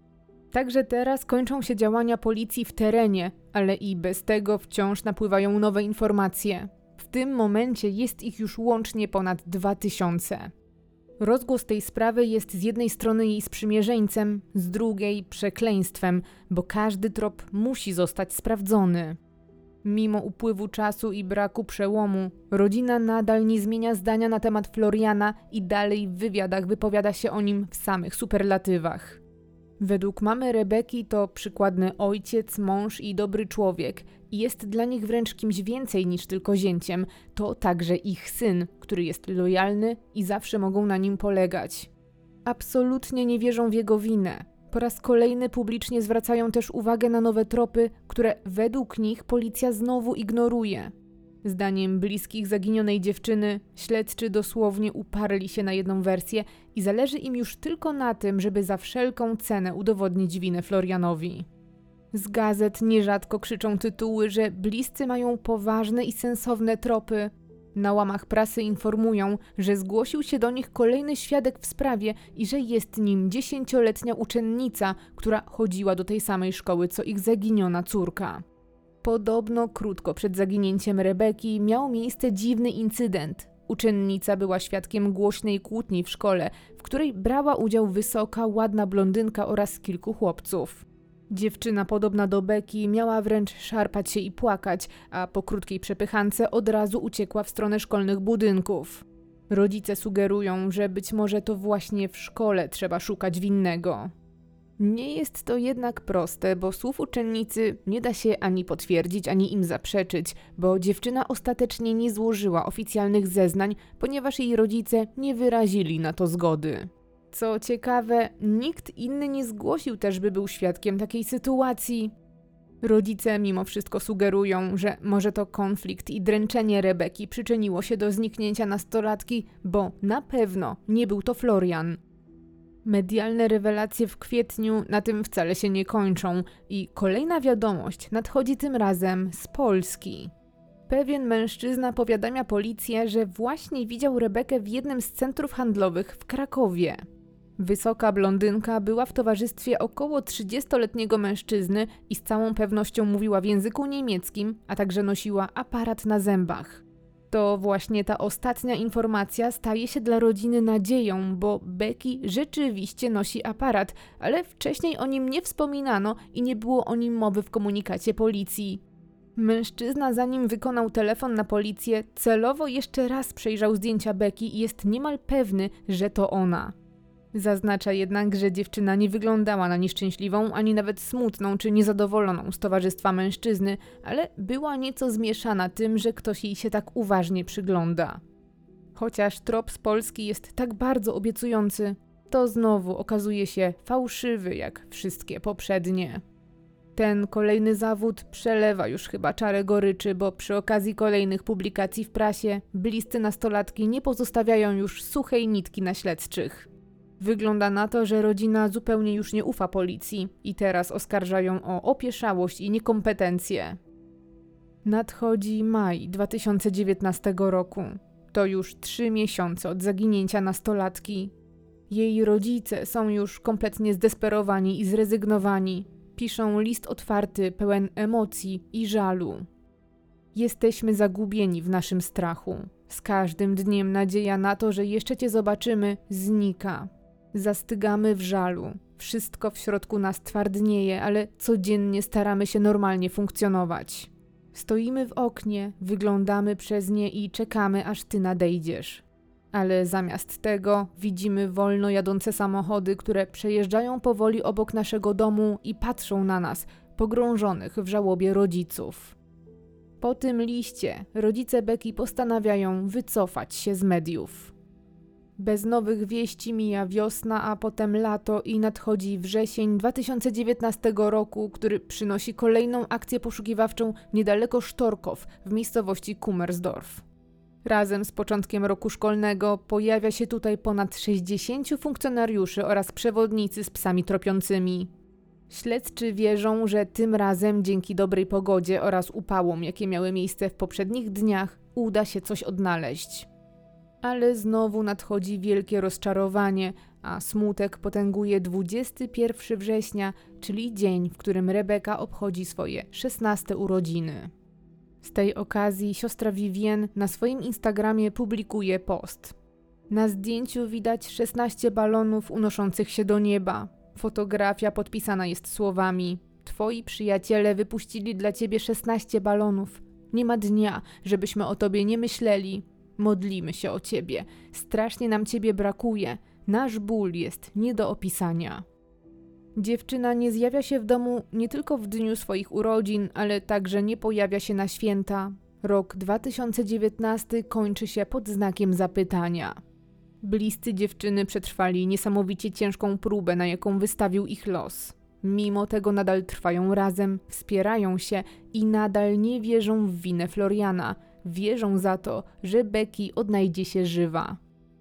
Także teraz kończą się działania policji w terenie, ale i bez tego wciąż napływają nowe informacje. W tym momencie jest ich już łącznie ponad 2000. Rozgłos tej sprawy jest z jednej strony jej sprzymierzeńcem, z drugiej przekleństwem, bo każdy trop musi zostać sprawdzony. Mimo upływu czasu i braku przełomu, rodzina nadal nie zmienia zdania na temat Floriana i dalej w wywiadach wypowiada się o nim w samych superlatywach. Według mamy Rebeki to przykładny ojciec, mąż i dobry człowiek i jest dla nich wręcz kimś więcej niż tylko zięciem. To także ich syn, który jest lojalny i zawsze mogą na nim polegać. Absolutnie nie wierzą w jego winę. Po raz kolejny publicznie zwracają też uwagę na nowe tropy, które według nich policja znowu ignoruje. Zdaniem bliskich zaginionej dziewczyny, śledczy dosłownie uparli się na jedną wersję i zależy im już tylko na tym, żeby za wszelką cenę udowodnić winę Florianowi. Z gazet nierzadko krzyczą tytuły, że bliscy mają poważne i sensowne tropy. Na łamach prasy informują, że zgłosił się do nich kolejny świadek w sprawie i że jest nim 10-letnia uczennica, która chodziła do tej samej szkoły co ich zaginiona córka. Podobno krótko przed zaginięciem Rebeki miał miejsce dziwny incydent. Uczennica była świadkiem głośnej kłótni w szkole, w której brała udział wysoka, ładna blondynka oraz kilku chłopców. Dziewczyna podobna do Beki miała wręcz szarpać się i płakać, a po krótkiej przepychance od razu uciekła w stronę szkolnych budynków. Rodzice sugerują, że być może to właśnie w szkole trzeba szukać winnego. Nie jest to jednak proste, bo słów uczennicy nie da się ani potwierdzić, ani im zaprzeczyć, bo dziewczyna ostatecznie nie złożyła oficjalnych zeznań, ponieważ jej rodzice nie wyrazili na to zgody. Co ciekawe, nikt inny nie zgłosił też, by był świadkiem takiej sytuacji. Rodzice mimo wszystko sugerują, że może to konflikt i dręczenie Rebeki przyczyniło się do zniknięcia nastolatki, bo na pewno nie był to Florian. Medialne rewelacje w kwietniu na tym wcale się nie kończą i kolejna wiadomość nadchodzi tym razem z Polski. Pewien mężczyzna powiadamia policję, że właśnie widział Rebekę w jednym z centrów handlowych w Krakowie. Wysoka blondynka była w towarzystwie około 30-letniego mężczyzny i z całą pewnością mówiła w języku niemieckim, a także nosiła aparat na zębach. To właśnie ta ostatnia informacja staje się dla rodziny nadzieją, bo Becky rzeczywiście nosi aparat, ale wcześniej o nim nie wspominano i nie było o nim mowy w komunikacie policji. Mężczyzna, zanim wykonał telefon na policję, celowo jeszcze raz przejrzał zdjęcia Becky i jest niemal pewny, że to ona. Zaznacza jednak, że dziewczyna nie wyglądała na nieszczęśliwą, ani nawet smutną czy niezadowoloną z towarzystwa mężczyzny, ale była nieco zmieszana tym, że ktoś jej się tak uważnie przygląda. Chociaż trop z Polski jest tak bardzo obiecujący, to znowu okazuje się fałszywy jak wszystkie poprzednie. Ten kolejny zawód przelewa już chyba czarę goryczy, bo przy okazji kolejnych publikacji w prasie bliscy nastolatki nie pozostawiają już suchej nitki na śledczych. Wygląda na to, że rodzina zupełnie już nie ufa policji i teraz oskarżają o opieszałość i niekompetencje. Nadchodzi maj 2019 roku. To już 3 miesiące od zaginięcia nastolatki. Jej rodzice są już kompletnie zdesperowani i zrezygnowani. Piszą list otwarty, pełen emocji i żalu. Jesteśmy zagubieni w naszym strachu. Z każdym dniem nadzieja na to, że jeszcze cię zobaczymy, znika. Zastygamy w żalu. Wszystko w środku nas twardnieje, ale codziennie staramy się normalnie funkcjonować. Stoimy w oknie, wyglądamy przez nie i czekamy, aż ty nadejdziesz. Ale zamiast tego widzimy wolno jadące samochody, które przejeżdżają powoli obok naszego domu i patrzą na nas, pogrążonych w żałobie rodziców. Po tym liście rodzice Becky postanawiają wycofać się z mediów. Bez nowych wieści mija wiosna, a potem lato i nadchodzi wrzesień 2019 roku, który przynosi kolejną akcję poszukiwawczą niedaleko Sztorkow w miejscowości Kummersdorf. Razem z początkiem roku szkolnego pojawia się tutaj ponad 60 funkcjonariuszy oraz przewodnicy z psami tropiącymi. Śledczy wierzą, że tym razem dzięki dobrej pogodzie oraz upałom, jakie miały miejsce w poprzednich dniach, uda się coś odnaleźć. Ale znowu nadchodzi wielkie rozczarowanie, a smutek potęguje 21 września, czyli dzień, w którym Rebeka obchodzi swoje 16 urodziny. Z tej okazji siostra Vivienne na swoim Instagramie publikuje post. Na zdjęciu widać 16 balonów unoszących się do nieba. Fotografia podpisana jest słowami: Twoi przyjaciele wypuścili dla ciebie 16 balonów. Nie ma dnia, żebyśmy o tobie nie myśleli. Modlimy się o ciebie. Strasznie nam ciebie brakuje. Nasz ból jest nie do opisania. Dziewczyna nie zjawia się w domu nie tylko w dniu swoich urodzin, ale także nie pojawia się na święta. Rok 2019 kończy się pod znakiem zapytania. Bliscy dziewczyny przetrwali niesamowicie ciężką próbę, na jaką wystawił ich los. Mimo tego nadal trwają razem, wspierają się i nadal nie wierzą w winę Floriana. Wierzą za to, że Becky odnajdzie się żywa.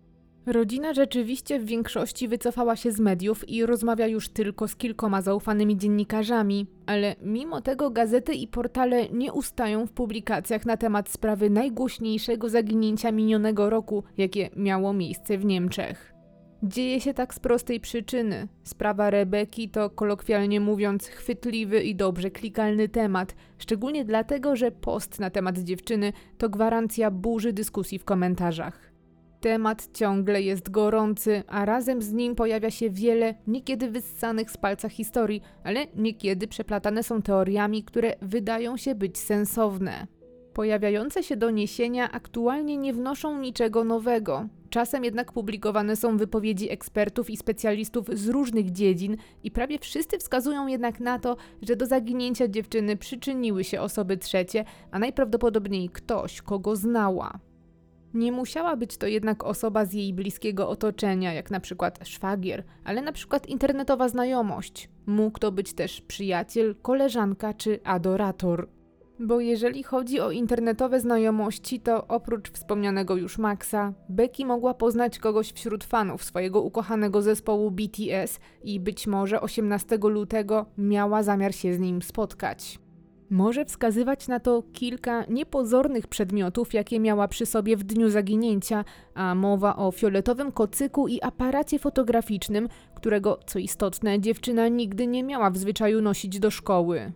Rodzina rzeczywiście w większości wycofała się z mediów i rozmawia już tylko z kilkoma zaufanymi dziennikarzami, ale mimo tego gazety i portale nie ustają w publikacjach na temat sprawy najgłośniejszego zaginięcia minionego roku, jakie miało miejsce w Niemczech. Dzieje się tak z prostej przyczyny. Sprawa Rebeki to, kolokwialnie mówiąc, chwytliwy i dobrze klikalny temat, szczególnie dlatego, że post na temat dziewczyny to gwarancja burzy dyskusji w komentarzach. Temat ciągle jest gorący, a razem z nim pojawia się wiele niekiedy wyssanych z palca historii, ale niekiedy przeplatane są teoriami, które wydają się być sensowne. Pojawiające się doniesienia aktualnie nie wnoszą niczego nowego. Czasem jednak publikowane są wypowiedzi ekspertów i specjalistów z różnych dziedzin i prawie wszyscy wskazują jednak na to, że do zaginięcia dziewczyny przyczyniły się osoby trzecie, a najprawdopodobniej ktoś, kogo znała. Nie musiała być to jednak osoba z jej bliskiego otoczenia, jak na przykład szwagier, ale na przykład internetowa znajomość. Mógł to być też przyjaciel, koleżanka czy adorator. Bo jeżeli chodzi o internetowe znajomości, to oprócz wspomnianego już Maxa, Becky mogła poznać kogoś wśród fanów swojego ukochanego zespołu BTS i być może 18 lutego miała zamiar się z nim spotkać. Może wskazywać na to kilka niepozornych przedmiotów, jakie miała przy sobie w dniu zaginięcia, a mowa o fioletowym kocyku i aparacie fotograficznym, którego, co istotne, dziewczyna nigdy nie miała w zwyczaju nosić do szkoły.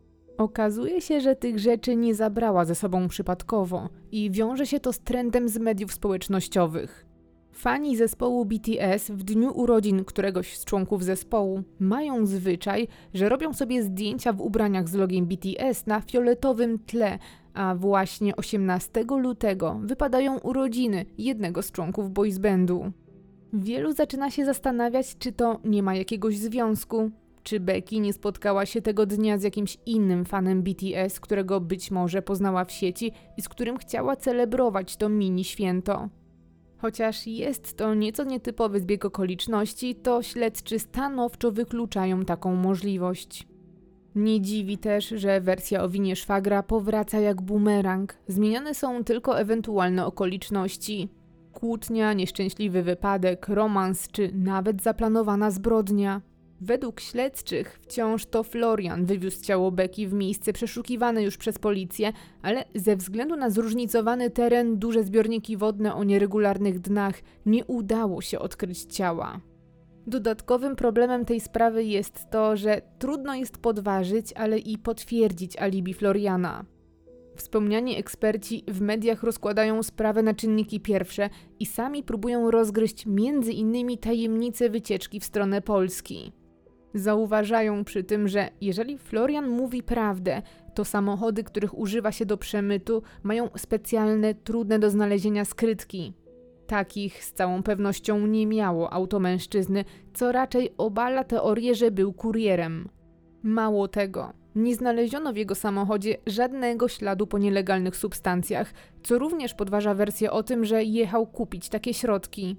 Okazuje się, że tych rzeczy nie zabrała ze sobą przypadkowo i wiąże się to z trendem z mediów społecznościowych. Fani zespołu BTS w dniu urodzin któregoś z członków zespołu mają zwyczaj, że robią sobie zdjęcia w ubraniach z logiem BTS na fioletowym tle, a właśnie 18 lutego wypadają urodziny jednego z członków boys bandu. Wielu zaczyna się zastanawiać, czy to nie ma jakiegoś związku. Czy Becky nie spotkała się tego dnia z jakimś innym fanem BTS, którego być może poznała w sieci i z którym chciała celebrować to mini święto. Chociaż jest to nieco nietypowy zbieg okoliczności, to śledczy stanowczo wykluczają taką możliwość. Nie dziwi też, że wersja o winie szwagra powraca jak bumerang. Zmieniane są tylko ewentualne okoliczności. Kłótnia, nieszczęśliwy wypadek, romans czy nawet zaplanowana zbrodnia. Według śledczych wciąż to Florian wywiózł ciało Becky w miejsce przeszukiwane już przez policję, ale ze względu na zróżnicowany teren, duże zbiorniki wodne o nieregularnych dnach, nie udało się odkryć ciała. Dodatkowym problemem tej sprawy jest to, że trudno jest podważyć, ale i potwierdzić alibi Floriana. Wspomniani eksperci w mediach rozkładają sprawę na czynniki pierwsze i sami próbują rozgryźć m.in. tajemnicę wycieczki w stronę Polski. Zauważają przy tym, że jeżeli Florian mówi prawdę, to samochody, których używa się do przemytu, mają specjalne, trudne do znalezienia skrytki. Takich z całą pewnością nie miało auto mężczyzny, co raczej obala teorię, że był kurierem. Mało tego, nie znaleziono w jego samochodzie żadnego śladu po nielegalnych substancjach, co również podważa wersję o tym, że jechał kupić takie środki.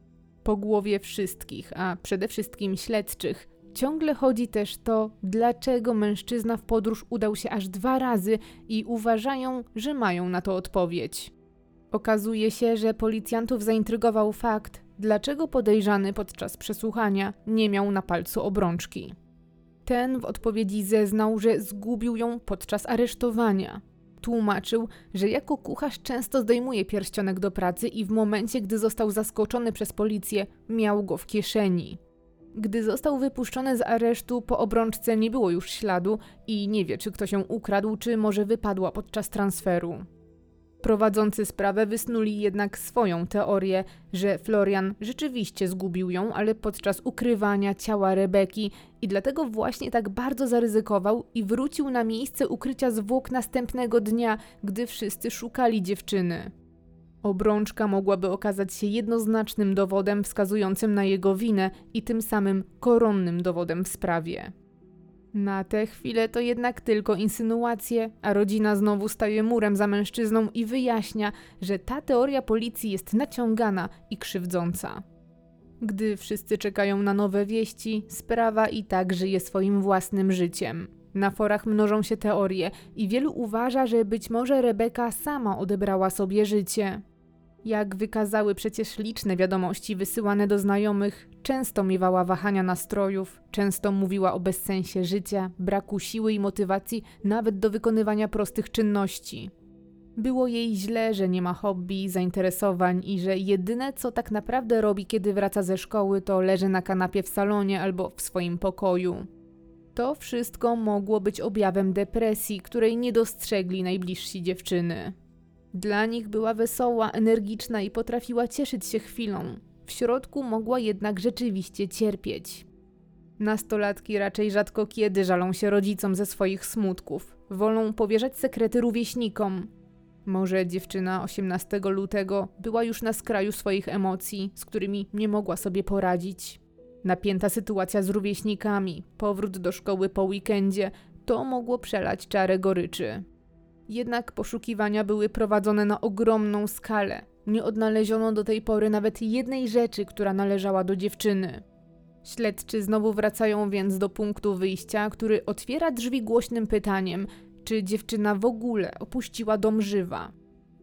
Po głowie wszystkich, a przede wszystkim śledczych, ciągle chodzi też to, dlaczego mężczyzna w podróż udał się aż 2 razy i uważają, że mają na to odpowiedź. Okazuje się, że policjantów zaintrygował fakt, dlaczego podejrzany podczas przesłuchania nie miał na palcu obrączki. Ten w odpowiedzi zeznał, że zgubił ją podczas aresztowania. Tłumaczył, że jako kucharz często zdejmuje pierścionek do pracy i w momencie, gdy został zaskoczony przez policję, miał go w kieszeni. Gdy został wypuszczony z aresztu, po obrączce nie było już śladu i nie wie, czy ktoś ją ukradł, czy może wypadła podczas transferu. Prowadzący sprawę wysnuli jednak swoją teorię, że Florian rzeczywiście zgubił ją, ale podczas ukrywania ciała Rebeki i dlatego właśnie tak bardzo zaryzykował i wrócił na miejsce ukrycia zwłok następnego dnia, gdy wszyscy szukali dziewczyny. Obrączka mogłaby okazać się jednoznacznym dowodem wskazującym na jego winę i tym samym koronnym dowodem w sprawie. Na tę chwilę to jednak tylko insynuacje, a rodzina znowu staje murem za mężczyzną i wyjaśnia, że ta teoria policji jest naciągana i krzywdząca. Gdy wszyscy czekają na nowe wieści, sprawa i tak żyje swoim własnym życiem. Na forach mnożą się teorie i wielu uważa, że być może Rebeka sama odebrała sobie życie. Jak wykazały przecież liczne wiadomości wysyłane do znajomych, często miewała wahania nastrojów, często mówiła o bezsensie życia, braku siły i motywacji nawet do wykonywania prostych czynności. Było jej źle, że nie ma hobby, zainteresowań i że jedyne co tak naprawdę robi, kiedy wraca ze szkoły, to leży na kanapie w salonie albo w swoim pokoju. To wszystko mogło być objawem depresji, której nie dostrzegli najbliżsi dziewczyny. Dla nich była wesoła, energiczna i potrafiła cieszyć się chwilą. W środku mogła jednak rzeczywiście cierpieć. Nastolatki raczej rzadko kiedy żalą się rodzicom ze swoich smutków. Wolą powierzać sekrety rówieśnikom. Może dziewczyna 18 lutego była już na skraju swoich emocji, z którymi nie mogła sobie poradzić. Napięta sytuacja z rówieśnikami, powrót do szkoły po weekendzie, to mogło przelać czarę goryczy. Jednak poszukiwania były prowadzone na ogromną skalę. Nie odnaleziono do tej pory nawet jednej rzeczy, która należała do dziewczyny. Śledczy znowu wracają więc do punktu wyjścia, który otwiera drzwi głośnym pytaniem, czy dziewczyna w ogóle opuściła dom żywa.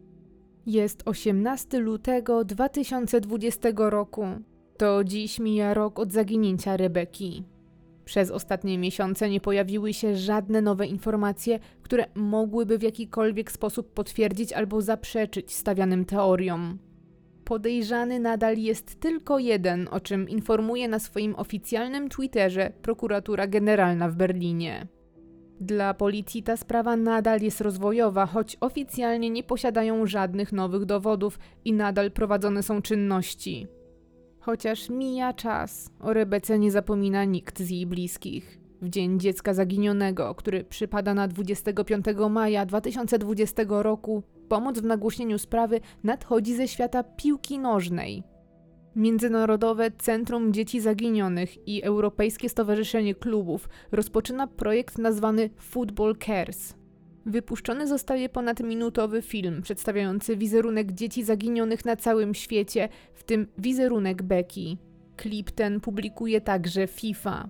Jest 18 lutego 2020 roku. To dziś mija rok od zaginięcia Rebeki. Przez ostatnie miesiące nie pojawiły się żadne nowe informacje, które mogłyby w jakikolwiek sposób potwierdzić albo zaprzeczyć stawianym teoriom. Podejrzany nadal jest tylko jeden, o czym informuje na swoim oficjalnym Twitterze prokuratura generalna w Berlinie. Dla policji ta sprawa nadal jest rozwojowa, choć oficjalnie nie posiadają żadnych nowych dowodów i nadal prowadzone są czynności. Chociaż mija czas, o Rebece nie zapomina nikt z jej bliskich. W Dzień Dziecka Zaginionego, który przypada na 25 maja 2020 roku, pomoc w nagłośnieniu sprawy nadchodzi ze świata piłki nożnej. Międzynarodowe Centrum Dzieci Zaginionych i Europejskie Stowarzyszenie Klubów rozpoczyna projekt nazwany Football Cares. Wypuszczony zostaje ponadminutowy film przedstawiający wizerunek dzieci zaginionych na całym świecie, w tym wizerunek Beki. Klip ten publikuje także FIFA.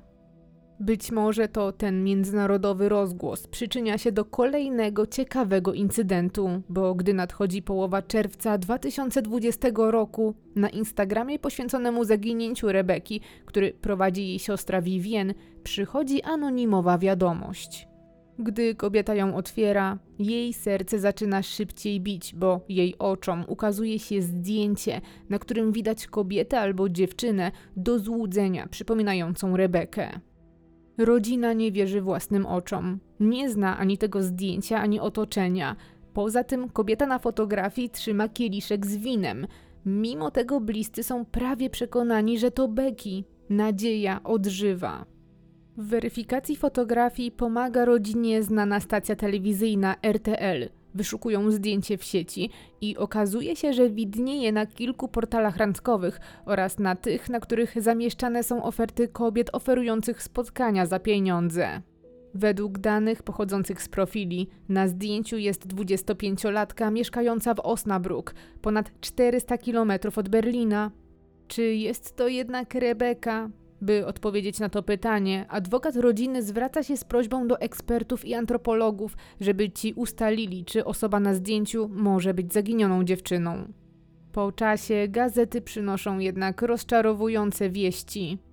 Być może to ten międzynarodowy rozgłos przyczynia się do kolejnego ciekawego incydentu, bo gdy nadchodzi połowa czerwca 2020 roku, na Instagramie poświęconemu zaginięciu Rebeki, który prowadzi jej siostra Vivienne, przychodzi anonimowa wiadomość. Gdy kobieta ją otwiera, jej serce zaczyna szybciej bić, bo jej oczom ukazuje się zdjęcie, na którym widać kobietę albo dziewczynę do złudzenia przypominającą Rebekę. Rodzina nie wierzy własnym oczom. Nie zna ani tego zdjęcia, ani otoczenia. Poza tym kobieta na fotografii trzyma kieliszek z winem. Mimo tego bliscy są prawie przekonani, że to Beki. Nadzieja odżywa. W weryfikacji fotografii pomaga rodzinie znana stacja telewizyjna RTL. Wyszukują zdjęcie w sieci i okazuje się, że widnieje na kilku portalach randkowych oraz na tych, na których zamieszczane są oferty kobiet oferujących spotkania za pieniądze. Według danych pochodzących z profili, na zdjęciu jest 25-latka mieszkająca w Osnabrück, ponad 400 km od Berlina. Czy jest to jednak Rebeka? By odpowiedzieć na to pytanie, adwokat rodziny zwraca się z prośbą do ekspertów i antropologów, żeby ci ustalili, czy osoba na zdjęciu może być zaginioną dziewczyną. Po czasie gazety przynoszą jednak rozczarowujące wieści.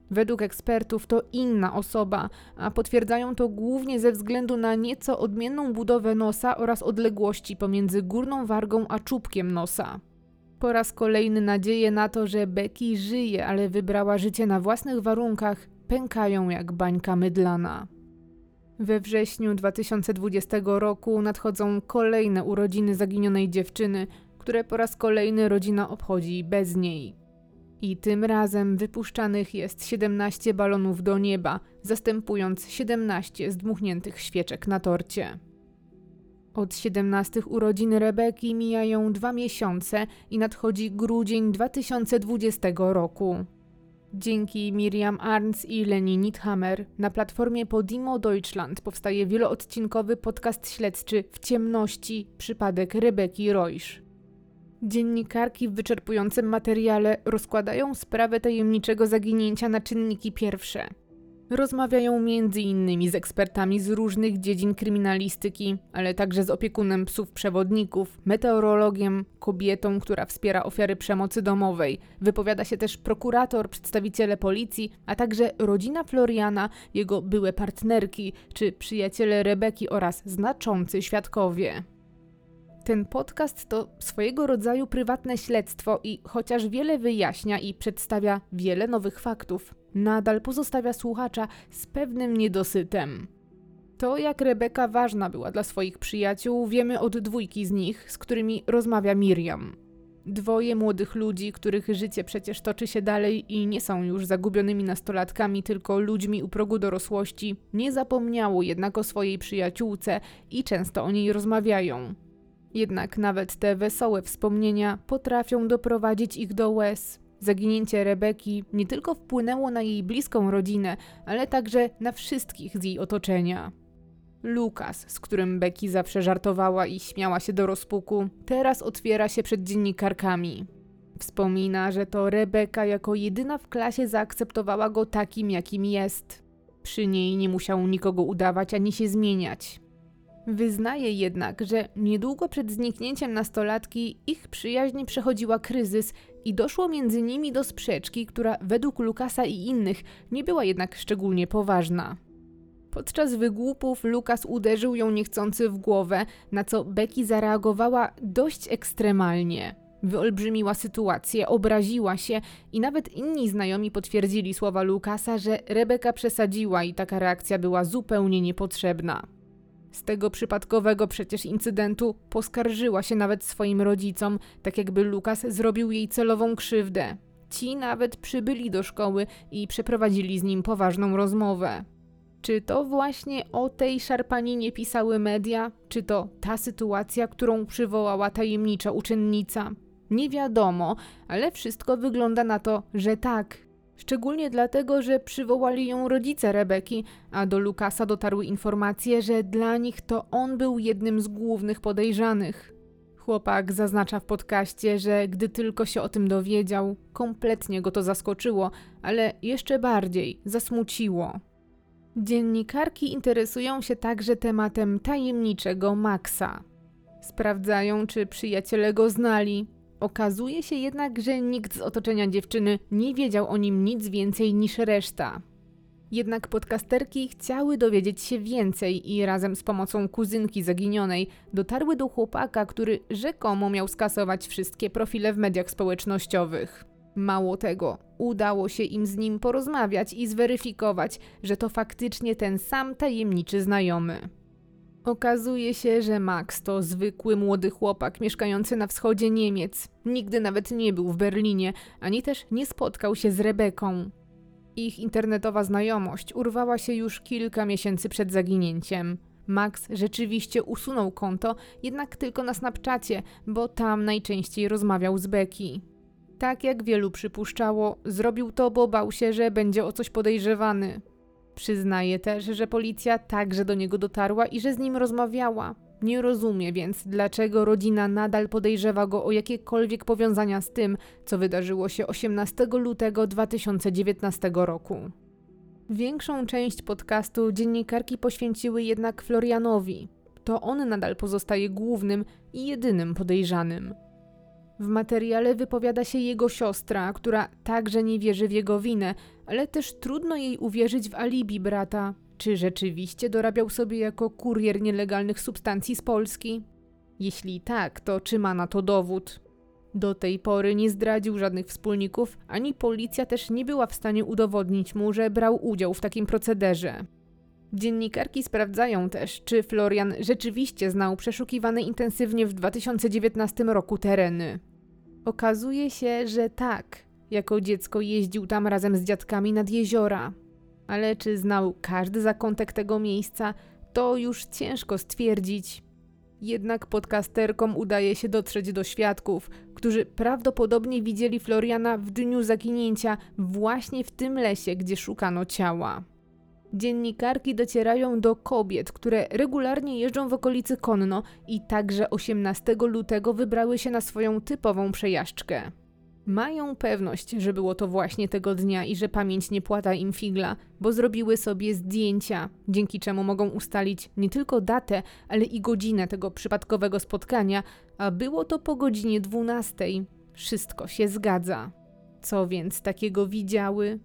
Według ekspertów to inna osoba, a potwierdzają to głównie ze względu na nieco odmienną budowę nosa oraz odległości pomiędzy górną wargą a czubkiem nosa. Po raz kolejny nadzieje na to, że Becky żyje, ale wybrała życie na własnych warunkach, pękają jak bańka mydlana. We wrześniu 2020 roku nadchodzą kolejne urodziny zaginionej dziewczyny, które po raz kolejny rodzina obchodzi bez niej. I tym razem wypuszczanych jest 17 balonów do nieba, zastępując 17 zdmuchniętych świeczek na torcie. Od 17 urodzin Rebeki mijają 2 miesiące i nadchodzi grudzień 2020 roku. Dzięki Miriam Arns i Leni Niethammer na platformie Podimo Deutschland powstaje wieloodcinkowy podcast śledczy W ciemności – przypadek Rebeki Reusch. Dziennikarki w wyczerpującym materiale rozkładają sprawę tajemniczego zaginięcia na czynniki pierwsze. Rozmawiają m.in. z ekspertami z różnych dziedzin kryminalistyki, ale także z opiekunem psów przewodników, meteorologiem, kobietą, która wspiera ofiary przemocy domowej. Wypowiada się też prokurator, przedstawiciele policji, a także rodzina Floriana, jego byłe partnerki, czy przyjaciele Rebeki oraz znaczący świadkowie. Ten podcast to swojego rodzaju prywatne śledztwo i chociaż wiele wyjaśnia i przedstawia wiele nowych faktów, nadal pozostawia słuchacza z pewnym niedosytem. To, jak Rebeka ważna była dla swoich przyjaciół, wiemy od 2 z nich, z którymi rozmawia Miriam. 2 młodych ludzi, których życie przecież toczy się dalej i nie są już zagubionymi nastolatkami, tylko ludźmi u progu dorosłości, nie zapomniało jednak o swojej przyjaciółce i często o niej rozmawiają. Jednak nawet te wesołe wspomnienia potrafią doprowadzić ich do łez. Zaginięcie Rebeki nie tylko wpłynęło na jej bliską rodzinę, ale także na wszystkich z jej otoczenia. Lucas, z którym Becky zawsze żartowała i śmiała się do rozpuku, teraz otwiera się przed dziennikarkami. Wspomina, że to Rebeka jako jedyna w klasie zaakceptowała go takim, jakim jest. Przy niej nie musiał nikogo udawać ani się zmieniać. Wyznaje jednak, że niedługo przed zniknięciem nastolatki ich przyjaźń przechodziła kryzys i doszło między nimi do sprzeczki, która według Lucasa i innych nie była jednak szczególnie poważna. Podczas wygłupów Lucas uderzył ją niechcący w głowę, na co Becky zareagowała dość ekstremalnie. Wyolbrzymiła sytuację, obraziła się i nawet inni znajomi potwierdzili słowa Lucasa, że Rebeka przesadziła i taka reakcja była zupełnie niepotrzebna. Z tego przypadkowego przecież incydentu poskarżyła się nawet swoim rodzicom, tak jakby Lucas zrobił jej celową krzywdę. Ci nawet przybyli do szkoły i przeprowadzili z nim poważną rozmowę. Czy to właśnie o tej szarpaninie pisały media? Czy to ta sytuacja, którą przywołała tajemnicza uczennica? Nie wiadomo, ale wszystko wygląda na to, że tak. Szczególnie dlatego, że przywołali ją rodzice Rebeki, a do Lucasa dotarły informacje, że dla nich to on był jednym z głównych podejrzanych. Chłopak zaznacza w podcaście, że gdy tylko się o tym dowiedział, kompletnie go to zaskoczyło, ale jeszcze bardziej zasmuciło. Dziennikarki interesują się także tematem tajemniczego Maxa. Sprawdzają, czy przyjaciele go znali. Okazuje się jednak, że nikt z otoczenia dziewczyny nie wiedział o nim nic więcej niż reszta. Jednak podcasterki chciały dowiedzieć się więcej i razem z pomocą kuzynki zaginionej dotarły do chłopaka, który rzekomo miał skasować wszystkie profile w mediach społecznościowych. Mało tego, udało się im z nim porozmawiać i zweryfikować, że to faktycznie ten sam tajemniczy znajomy. Okazuje się, że Max to zwykły młody chłopak mieszkający na wschodzie Niemiec. Nigdy nawet nie był w Berlinie, ani też nie spotkał się z Rebeką. Ich internetowa znajomość urwała się już kilka miesięcy przed zaginięciem. Max rzeczywiście usunął konto, jednak tylko na Snapchacie, bo tam najczęściej rozmawiał z Becky. Tak jak wielu przypuszczało, zrobił to, bo bał się, że będzie o coś podejrzewany. Przyznaje też, że policja także do niego dotarła i że z nim rozmawiała. Nie rozumie więc, dlaczego rodzina nadal podejrzewa go o jakiekolwiek powiązania z tym, co wydarzyło się 18 lutego 2019 roku. Większą część podcastu dziennikarki poświęciły jednak Florianowi. To on nadal pozostaje głównym i jedynym podejrzanym. W materiale wypowiada się jego siostra, która także nie wierzy w jego winę, ale też trudno jej uwierzyć w alibi brata. Czy rzeczywiście dorabiał sobie jako kurier nielegalnych substancji z Polski? Jeśli tak, to czy ma na to dowód? Do tej pory nie zdradził żadnych wspólników, ani policja też nie była w stanie udowodnić mu, że brał udział w takim procederze. Dziennikarki sprawdzają też, czy Florian rzeczywiście znał przeszukiwane intensywnie w 2019 roku tereny. Okazuje się, że tak. Jako dziecko jeździł tam razem z dziadkami nad jeziora. Ale czy znał każdy zakątek tego miejsca, to już ciężko stwierdzić. Jednak podcasterkom udaje się dotrzeć do świadków, którzy prawdopodobnie widzieli Floriana w dniu zaginięcia właśnie w tym lesie, gdzie szukano ciała. Dziennikarki docierają do kobiet, które regularnie jeżdżą w okolicy konno i także 18 lutego wybrały się na swoją typową przejażdżkę. Mają pewność, że było to właśnie tego dnia i że pamięć nie płata im figla, bo zrobiły sobie zdjęcia, dzięki czemu mogą ustalić nie tylko datę, ale i godzinę tego przypadkowego spotkania, a było to po godzinie 12. Wszystko się zgadza. Co więc takiego widziały?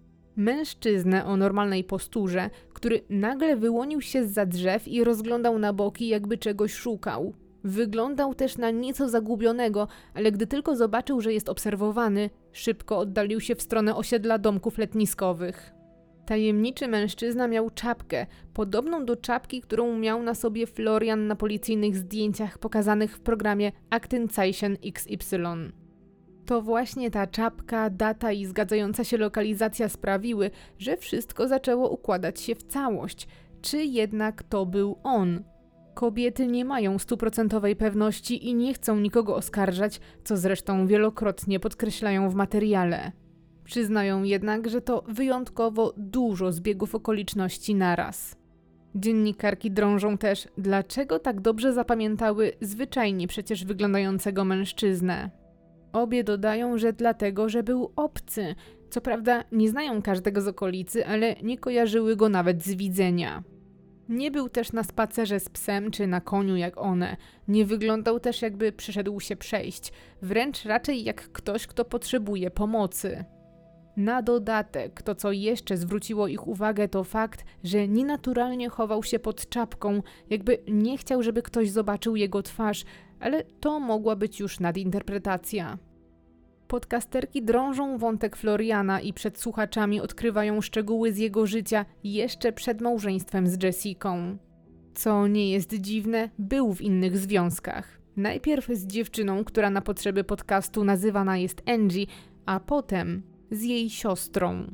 Mężczyznę o normalnej posturze, który nagle wyłonił się zza drzew i rozglądał na boki, jakby czegoś szukał. Wyglądał też na nieco zagubionego, ale gdy tylko zobaczył, że jest obserwowany, szybko oddalił się w stronę osiedla domków letniskowych. Tajemniczy mężczyzna miał czapkę, podobną do czapki, którą miał na sobie Florian na policyjnych zdjęciach pokazanych w programie Aktenzeichen XY. To właśnie ta czapka, data i zgadzająca się lokalizacja sprawiły, że wszystko zaczęło układać się w całość. Czy jednak to był on? Kobiety nie mają 100% pewności i nie chcą nikogo oskarżać, co zresztą wielokrotnie podkreślają w materiale. Przyznają jednak, że to wyjątkowo dużo zbiegów okoliczności naraz. Dziennikarki drążą też, dlaczego tak dobrze zapamiętały zwyczajnie przecież wyglądającego mężczyznę. Obie dodają, że dlatego, że był obcy. Co prawda nie znają każdego z okolicy, ale nie kojarzyły go nawet z widzenia. Nie był też na spacerze z psem czy na koniu jak one. Nie wyglądał też, jakby przyszedł się przejść. Wręcz raczej jak ktoś, kto potrzebuje pomocy. Na dodatek, to co jeszcze zwróciło ich uwagę, to fakt, że nienaturalnie chował się pod czapką, jakby nie chciał, żeby ktoś zobaczył jego twarz, ale to mogła być już nadinterpretacja. Podcasterki drążą wątek Floriana i przed słuchaczami odkrywają szczegóły z jego życia jeszcze przed małżeństwem z Jessicą. Co nie jest dziwne, był w innych związkach. Najpierw z dziewczyną, która na potrzeby podcastu nazywana jest Angie, a potem z jej siostrą.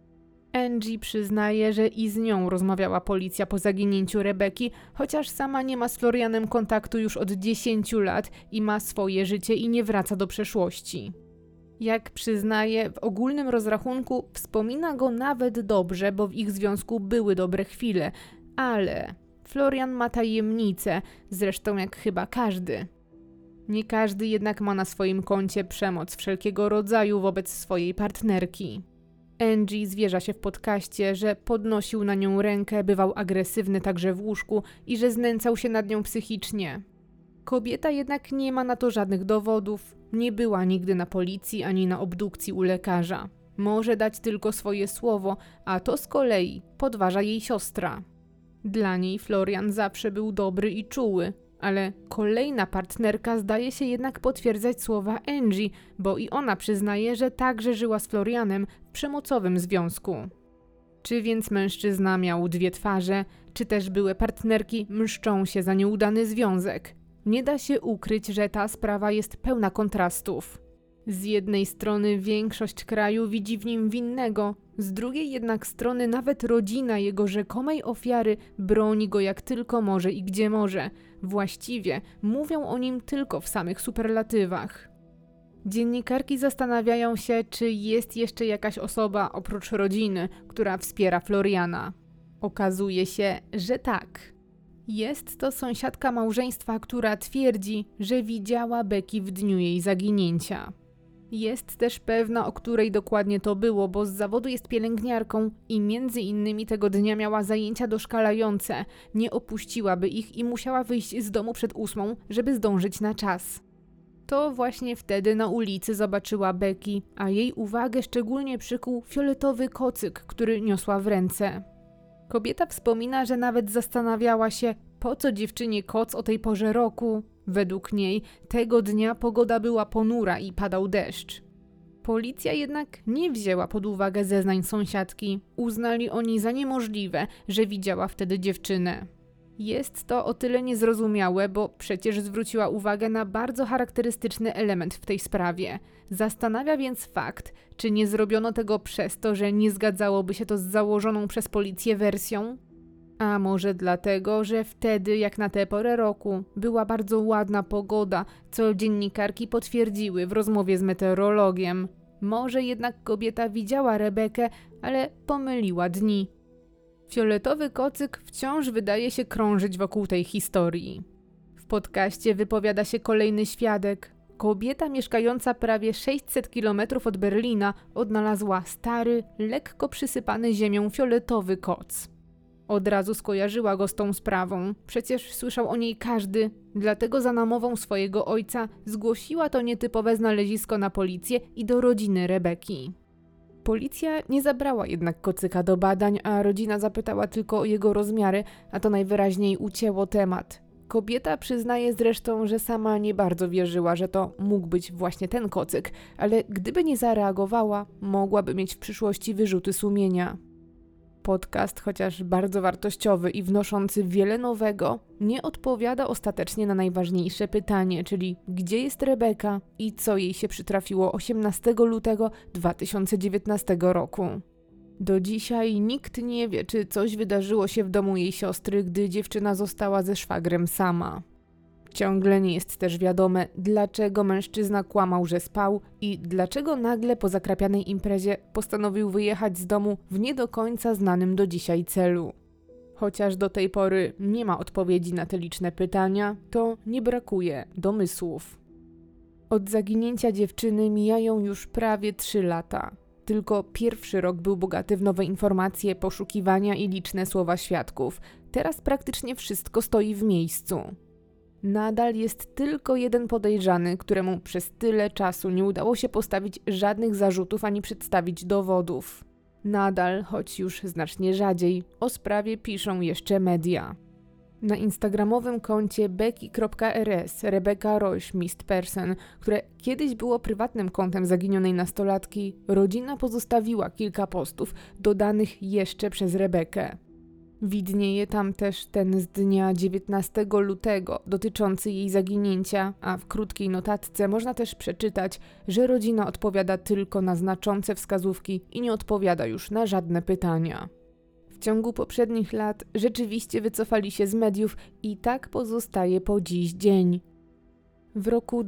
Angie przyznaje, że i z nią rozmawiała policja po zaginięciu Rebeki, chociaż sama nie ma z Florianem kontaktu już od 10 lat i ma swoje życie i nie wraca do przeszłości. Jak przyznaje, w ogólnym rozrachunku wspomina go nawet dobrze, bo w ich związku były dobre chwile, ale Florian ma tajemnicę, zresztą jak chyba każdy. Nie każdy jednak ma na swoim koncie przemoc wszelkiego rodzaju wobec swojej partnerki. Angie zwierza się w podcaście, że podnosił na nią rękę, bywał agresywny także w łóżku i że znęcał się nad nią psychicznie. Kobieta jednak nie ma na to żadnych dowodów, nie była nigdy na policji ani na obdukcji u lekarza. Może dać tylko swoje słowo, a to z kolei podważa jej siostra. Dla niej Florian zawsze był dobry i czuły, ale kolejna partnerka zdaje się jednak potwierdzać słowa Angie, bo i ona przyznaje, że także żyła z Florianem w przemocowym związku. Czy więc mężczyzna miał dwie twarze, czy też były partnerki mszczą się za nieudany związek? Nie da się ukryć, że ta sprawa jest pełna kontrastów. Z jednej strony większość kraju widzi w nim winnego, z drugiej jednak strony nawet rodzina jego rzekomej ofiary broni go jak tylko może i gdzie może. Właściwie mówią o nim tylko w samych superlatywach. Dziennikarki zastanawiają się, czy jest jeszcze jakaś osoba oprócz rodziny, która wspiera Floriana. Okazuje się, że tak. Jest to sąsiadka małżeństwa, która twierdzi, że widziała Becky w dniu jej zaginięcia. Jest też pewna, o której dokładnie to było, bo z zawodu jest pielęgniarką i między innymi tego dnia miała zajęcia doszkalające. Nie opuściłaby ich i musiała wyjść z domu przed 8, żeby zdążyć na czas. To właśnie wtedy na ulicy zobaczyła Becky, a jej uwagę szczególnie przykuł fioletowy kocyk, który niosła w ręce. Kobieta wspomina, że nawet zastanawiała się, po co dziewczynie koc o tej porze roku. Według niej tego dnia pogoda była ponura i padał deszcz. Policja jednak nie wzięła pod uwagę zeznań sąsiadki. Uznali oni za niemożliwe, że widziała wtedy dziewczynę. Jest to o tyle niezrozumiałe, bo przecież zwróciła uwagę na bardzo charakterystyczny element w tej sprawie. Zastanawia więc fakt, czy nie zrobiono tego przez to, że nie zgadzałoby się to z założoną przez policję wersją? A może dlatego, że wtedy, jak na tę porę roku, była bardzo ładna pogoda, co dziennikarki potwierdziły w rozmowie z meteorologiem. Może jednak kobieta widziała Rebekę, ale pomyliła dni. Fioletowy kocyk wciąż wydaje się krążyć wokół tej historii. W podcaście wypowiada się kolejny świadek. Kobieta mieszkająca prawie 600 km od Berlina odnalazła stary, lekko przysypany ziemią fioletowy koc. Od razu skojarzyła go z tą sprawą, przecież słyszał o niej każdy, dlatego za namową swojego ojca zgłosiła to nietypowe znalezisko na policję i do rodziny Rebeki. Policja nie zabrała jednak kocyka do badań, a rodzina zapytała tylko o jego rozmiary, a to najwyraźniej ucięło temat. Kobieta przyznaje zresztą, że sama nie bardzo wierzyła, że to mógł być właśnie ten kocyk, ale gdyby nie zareagowała, mogłaby mieć w przyszłości wyrzuty sumienia. Podcast, chociaż bardzo wartościowy i wnoszący wiele nowego, nie odpowiada ostatecznie na najważniejsze pytanie, czyli gdzie jest Rebeka i co jej się przytrafiło 18 lutego 2019 roku. Do dzisiaj nikt nie wie, czy coś wydarzyło się w domu jej siostry, gdy dziewczyna została ze szwagrem sama. Ciągle nie jest też wiadome, dlaczego mężczyzna kłamał, że spał i dlaczego nagle po zakrapianej imprezie postanowił wyjechać z domu w nie do końca znanym do dzisiaj celu. Chociaż do tej pory nie ma odpowiedzi na te liczne pytania, to nie brakuje domysłów. Od zaginięcia dziewczyny mijają już prawie 3 lata. Tylko pierwszy rok był bogaty w nowe informacje, poszukiwania i liczne słowa świadków. Teraz praktycznie wszystko stoi w miejscu. Nadal jest tylko jeden podejrzany, któremu przez tyle czasu nie udało się postawić żadnych zarzutów ani przedstawić dowodów. Nadal, choć już znacznie rzadziej, o sprawie piszą jeszcze media. Na instagramowym koncie becky.rs Rebecca Roche Missed Person, które kiedyś było prywatnym kontem zaginionej nastolatki, rodzina pozostawiła kilka postów dodanych jeszcze przez Rebekę. Widnieje tam też ten z dnia 19 lutego dotyczący jej zaginięcia, a w krótkiej notatce można też przeczytać, że rodzina odpowiada tylko na znaczące wskazówki i nie odpowiada już na żadne pytania. W ciągu poprzednich lat rzeczywiście wycofali się z mediów i tak pozostaje po dziś dzień. W roku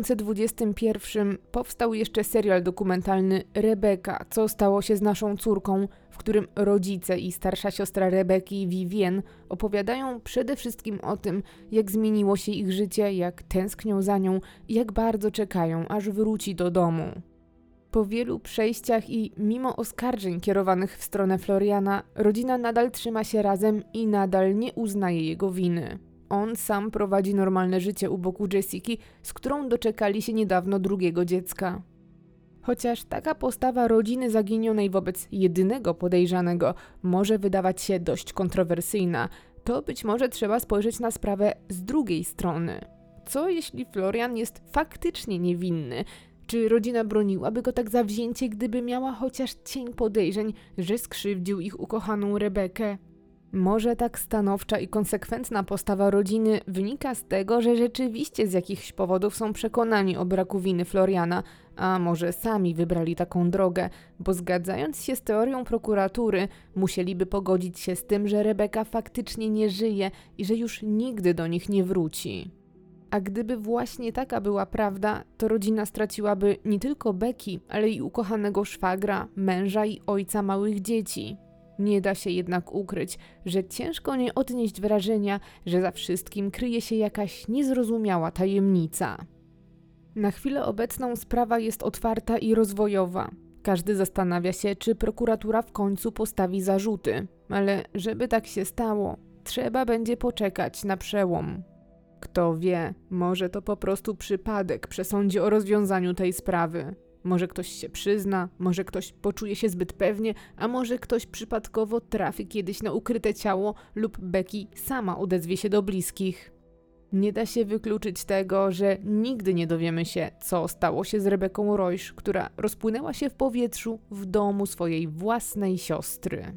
2021 powstał jeszcze serial dokumentalny Rebeka, co stało się z naszą córką, w którym rodzice i starsza siostra Rebeki, Vivien, opowiadają przede wszystkim o tym, jak zmieniło się ich życie, jak tęsknią za nią i jak bardzo czekają, aż wróci do domu. Po wielu przejściach i mimo oskarżeń kierowanych w stronę Floriana, rodzina nadal trzyma się razem i nadal nie uznaje jego winy. On sam prowadzi normalne życie u boku Jessiki, z którą doczekali się niedawno drugiego dziecka. Chociaż taka postawa rodziny zaginionej wobec jedynego podejrzanego może wydawać się dość kontrowersyjna, to być może trzeba spojrzeć na sprawę z drugiej strony. Co jeśli Florian jest faktycznie niewinny? Czy rodzina broniłaby go tak zawzięcie, gdyby miała chociaż cień podejrzeń, że skrzywdził ich ukochaną Rebekę? Może tak stanowcza i konsekwentna postawa rodziny wynika z tego, że rzeczywiście z jakichś powodów są przekonani o braku winy Floriana, a może sami wybrali taką drogę, bo zgadzając się z teorią prokuratury, musieliby pogodzić się z tym, że Rebeka faktycznie nie żyje i że już nigdy do nich nie wróci. A gdyby właśnie taka była prawda, to rodzina straciłaby nie tylko Becky, ale i ukochanego szwagra, męża i ojca małych dzieci. Nie da się jednak ukryć, że ciężko nie odnieść wrażenia, że za wszystkim kryje się jakaś niezrozumiała tajemnica. Na chwilę obecną sprawa jest otwarta i rozwojowa. Każdy zastanawia się, czy prokuratura w końcu postawi zarzuty, ale żeby tak się stało, trzeba będzie poczekać na przełom. Kto wie, może to po prostu przypadek przesądzi o rozwiązaniu tej sprawy. Może ktoś się przyzna, może ktoś poczuje się zbyt pewnie, a może ktoś przypadkowo trafi kiedyś na ukryte ciało lub Becky sama odezwie się do bliskich. Nie da się wykluczyć tego, że nigdy nie dowiemy się, co stało się z Rebecką Royce, która rozpłynęła się w powietrzu w domu swojej własnej siostry.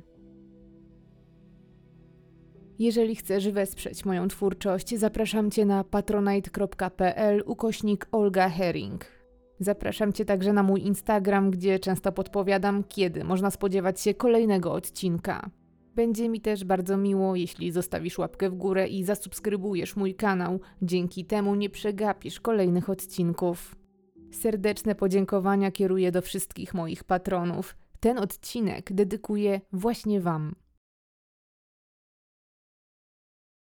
Jeżeli chcesz wesprzeć moją twórczość, zapraszam Cię na patronite.pl/Olga Herring. Zapraszam Cię także na mój Instagram, gdzie często podpowiadam, kiedy można spodziewać się kolejnego odcinka. Będzie mi też bardzo miło, jeśli zostawisz łapkę w górę i zasubskrybujesz mój kanał. Dzięki temu nie przegapisz kolejnych odcinków. Serdeczne podziękowania kieruję do wszystkich moich patronów. Ten odcinek dedykuję właśnie Wam.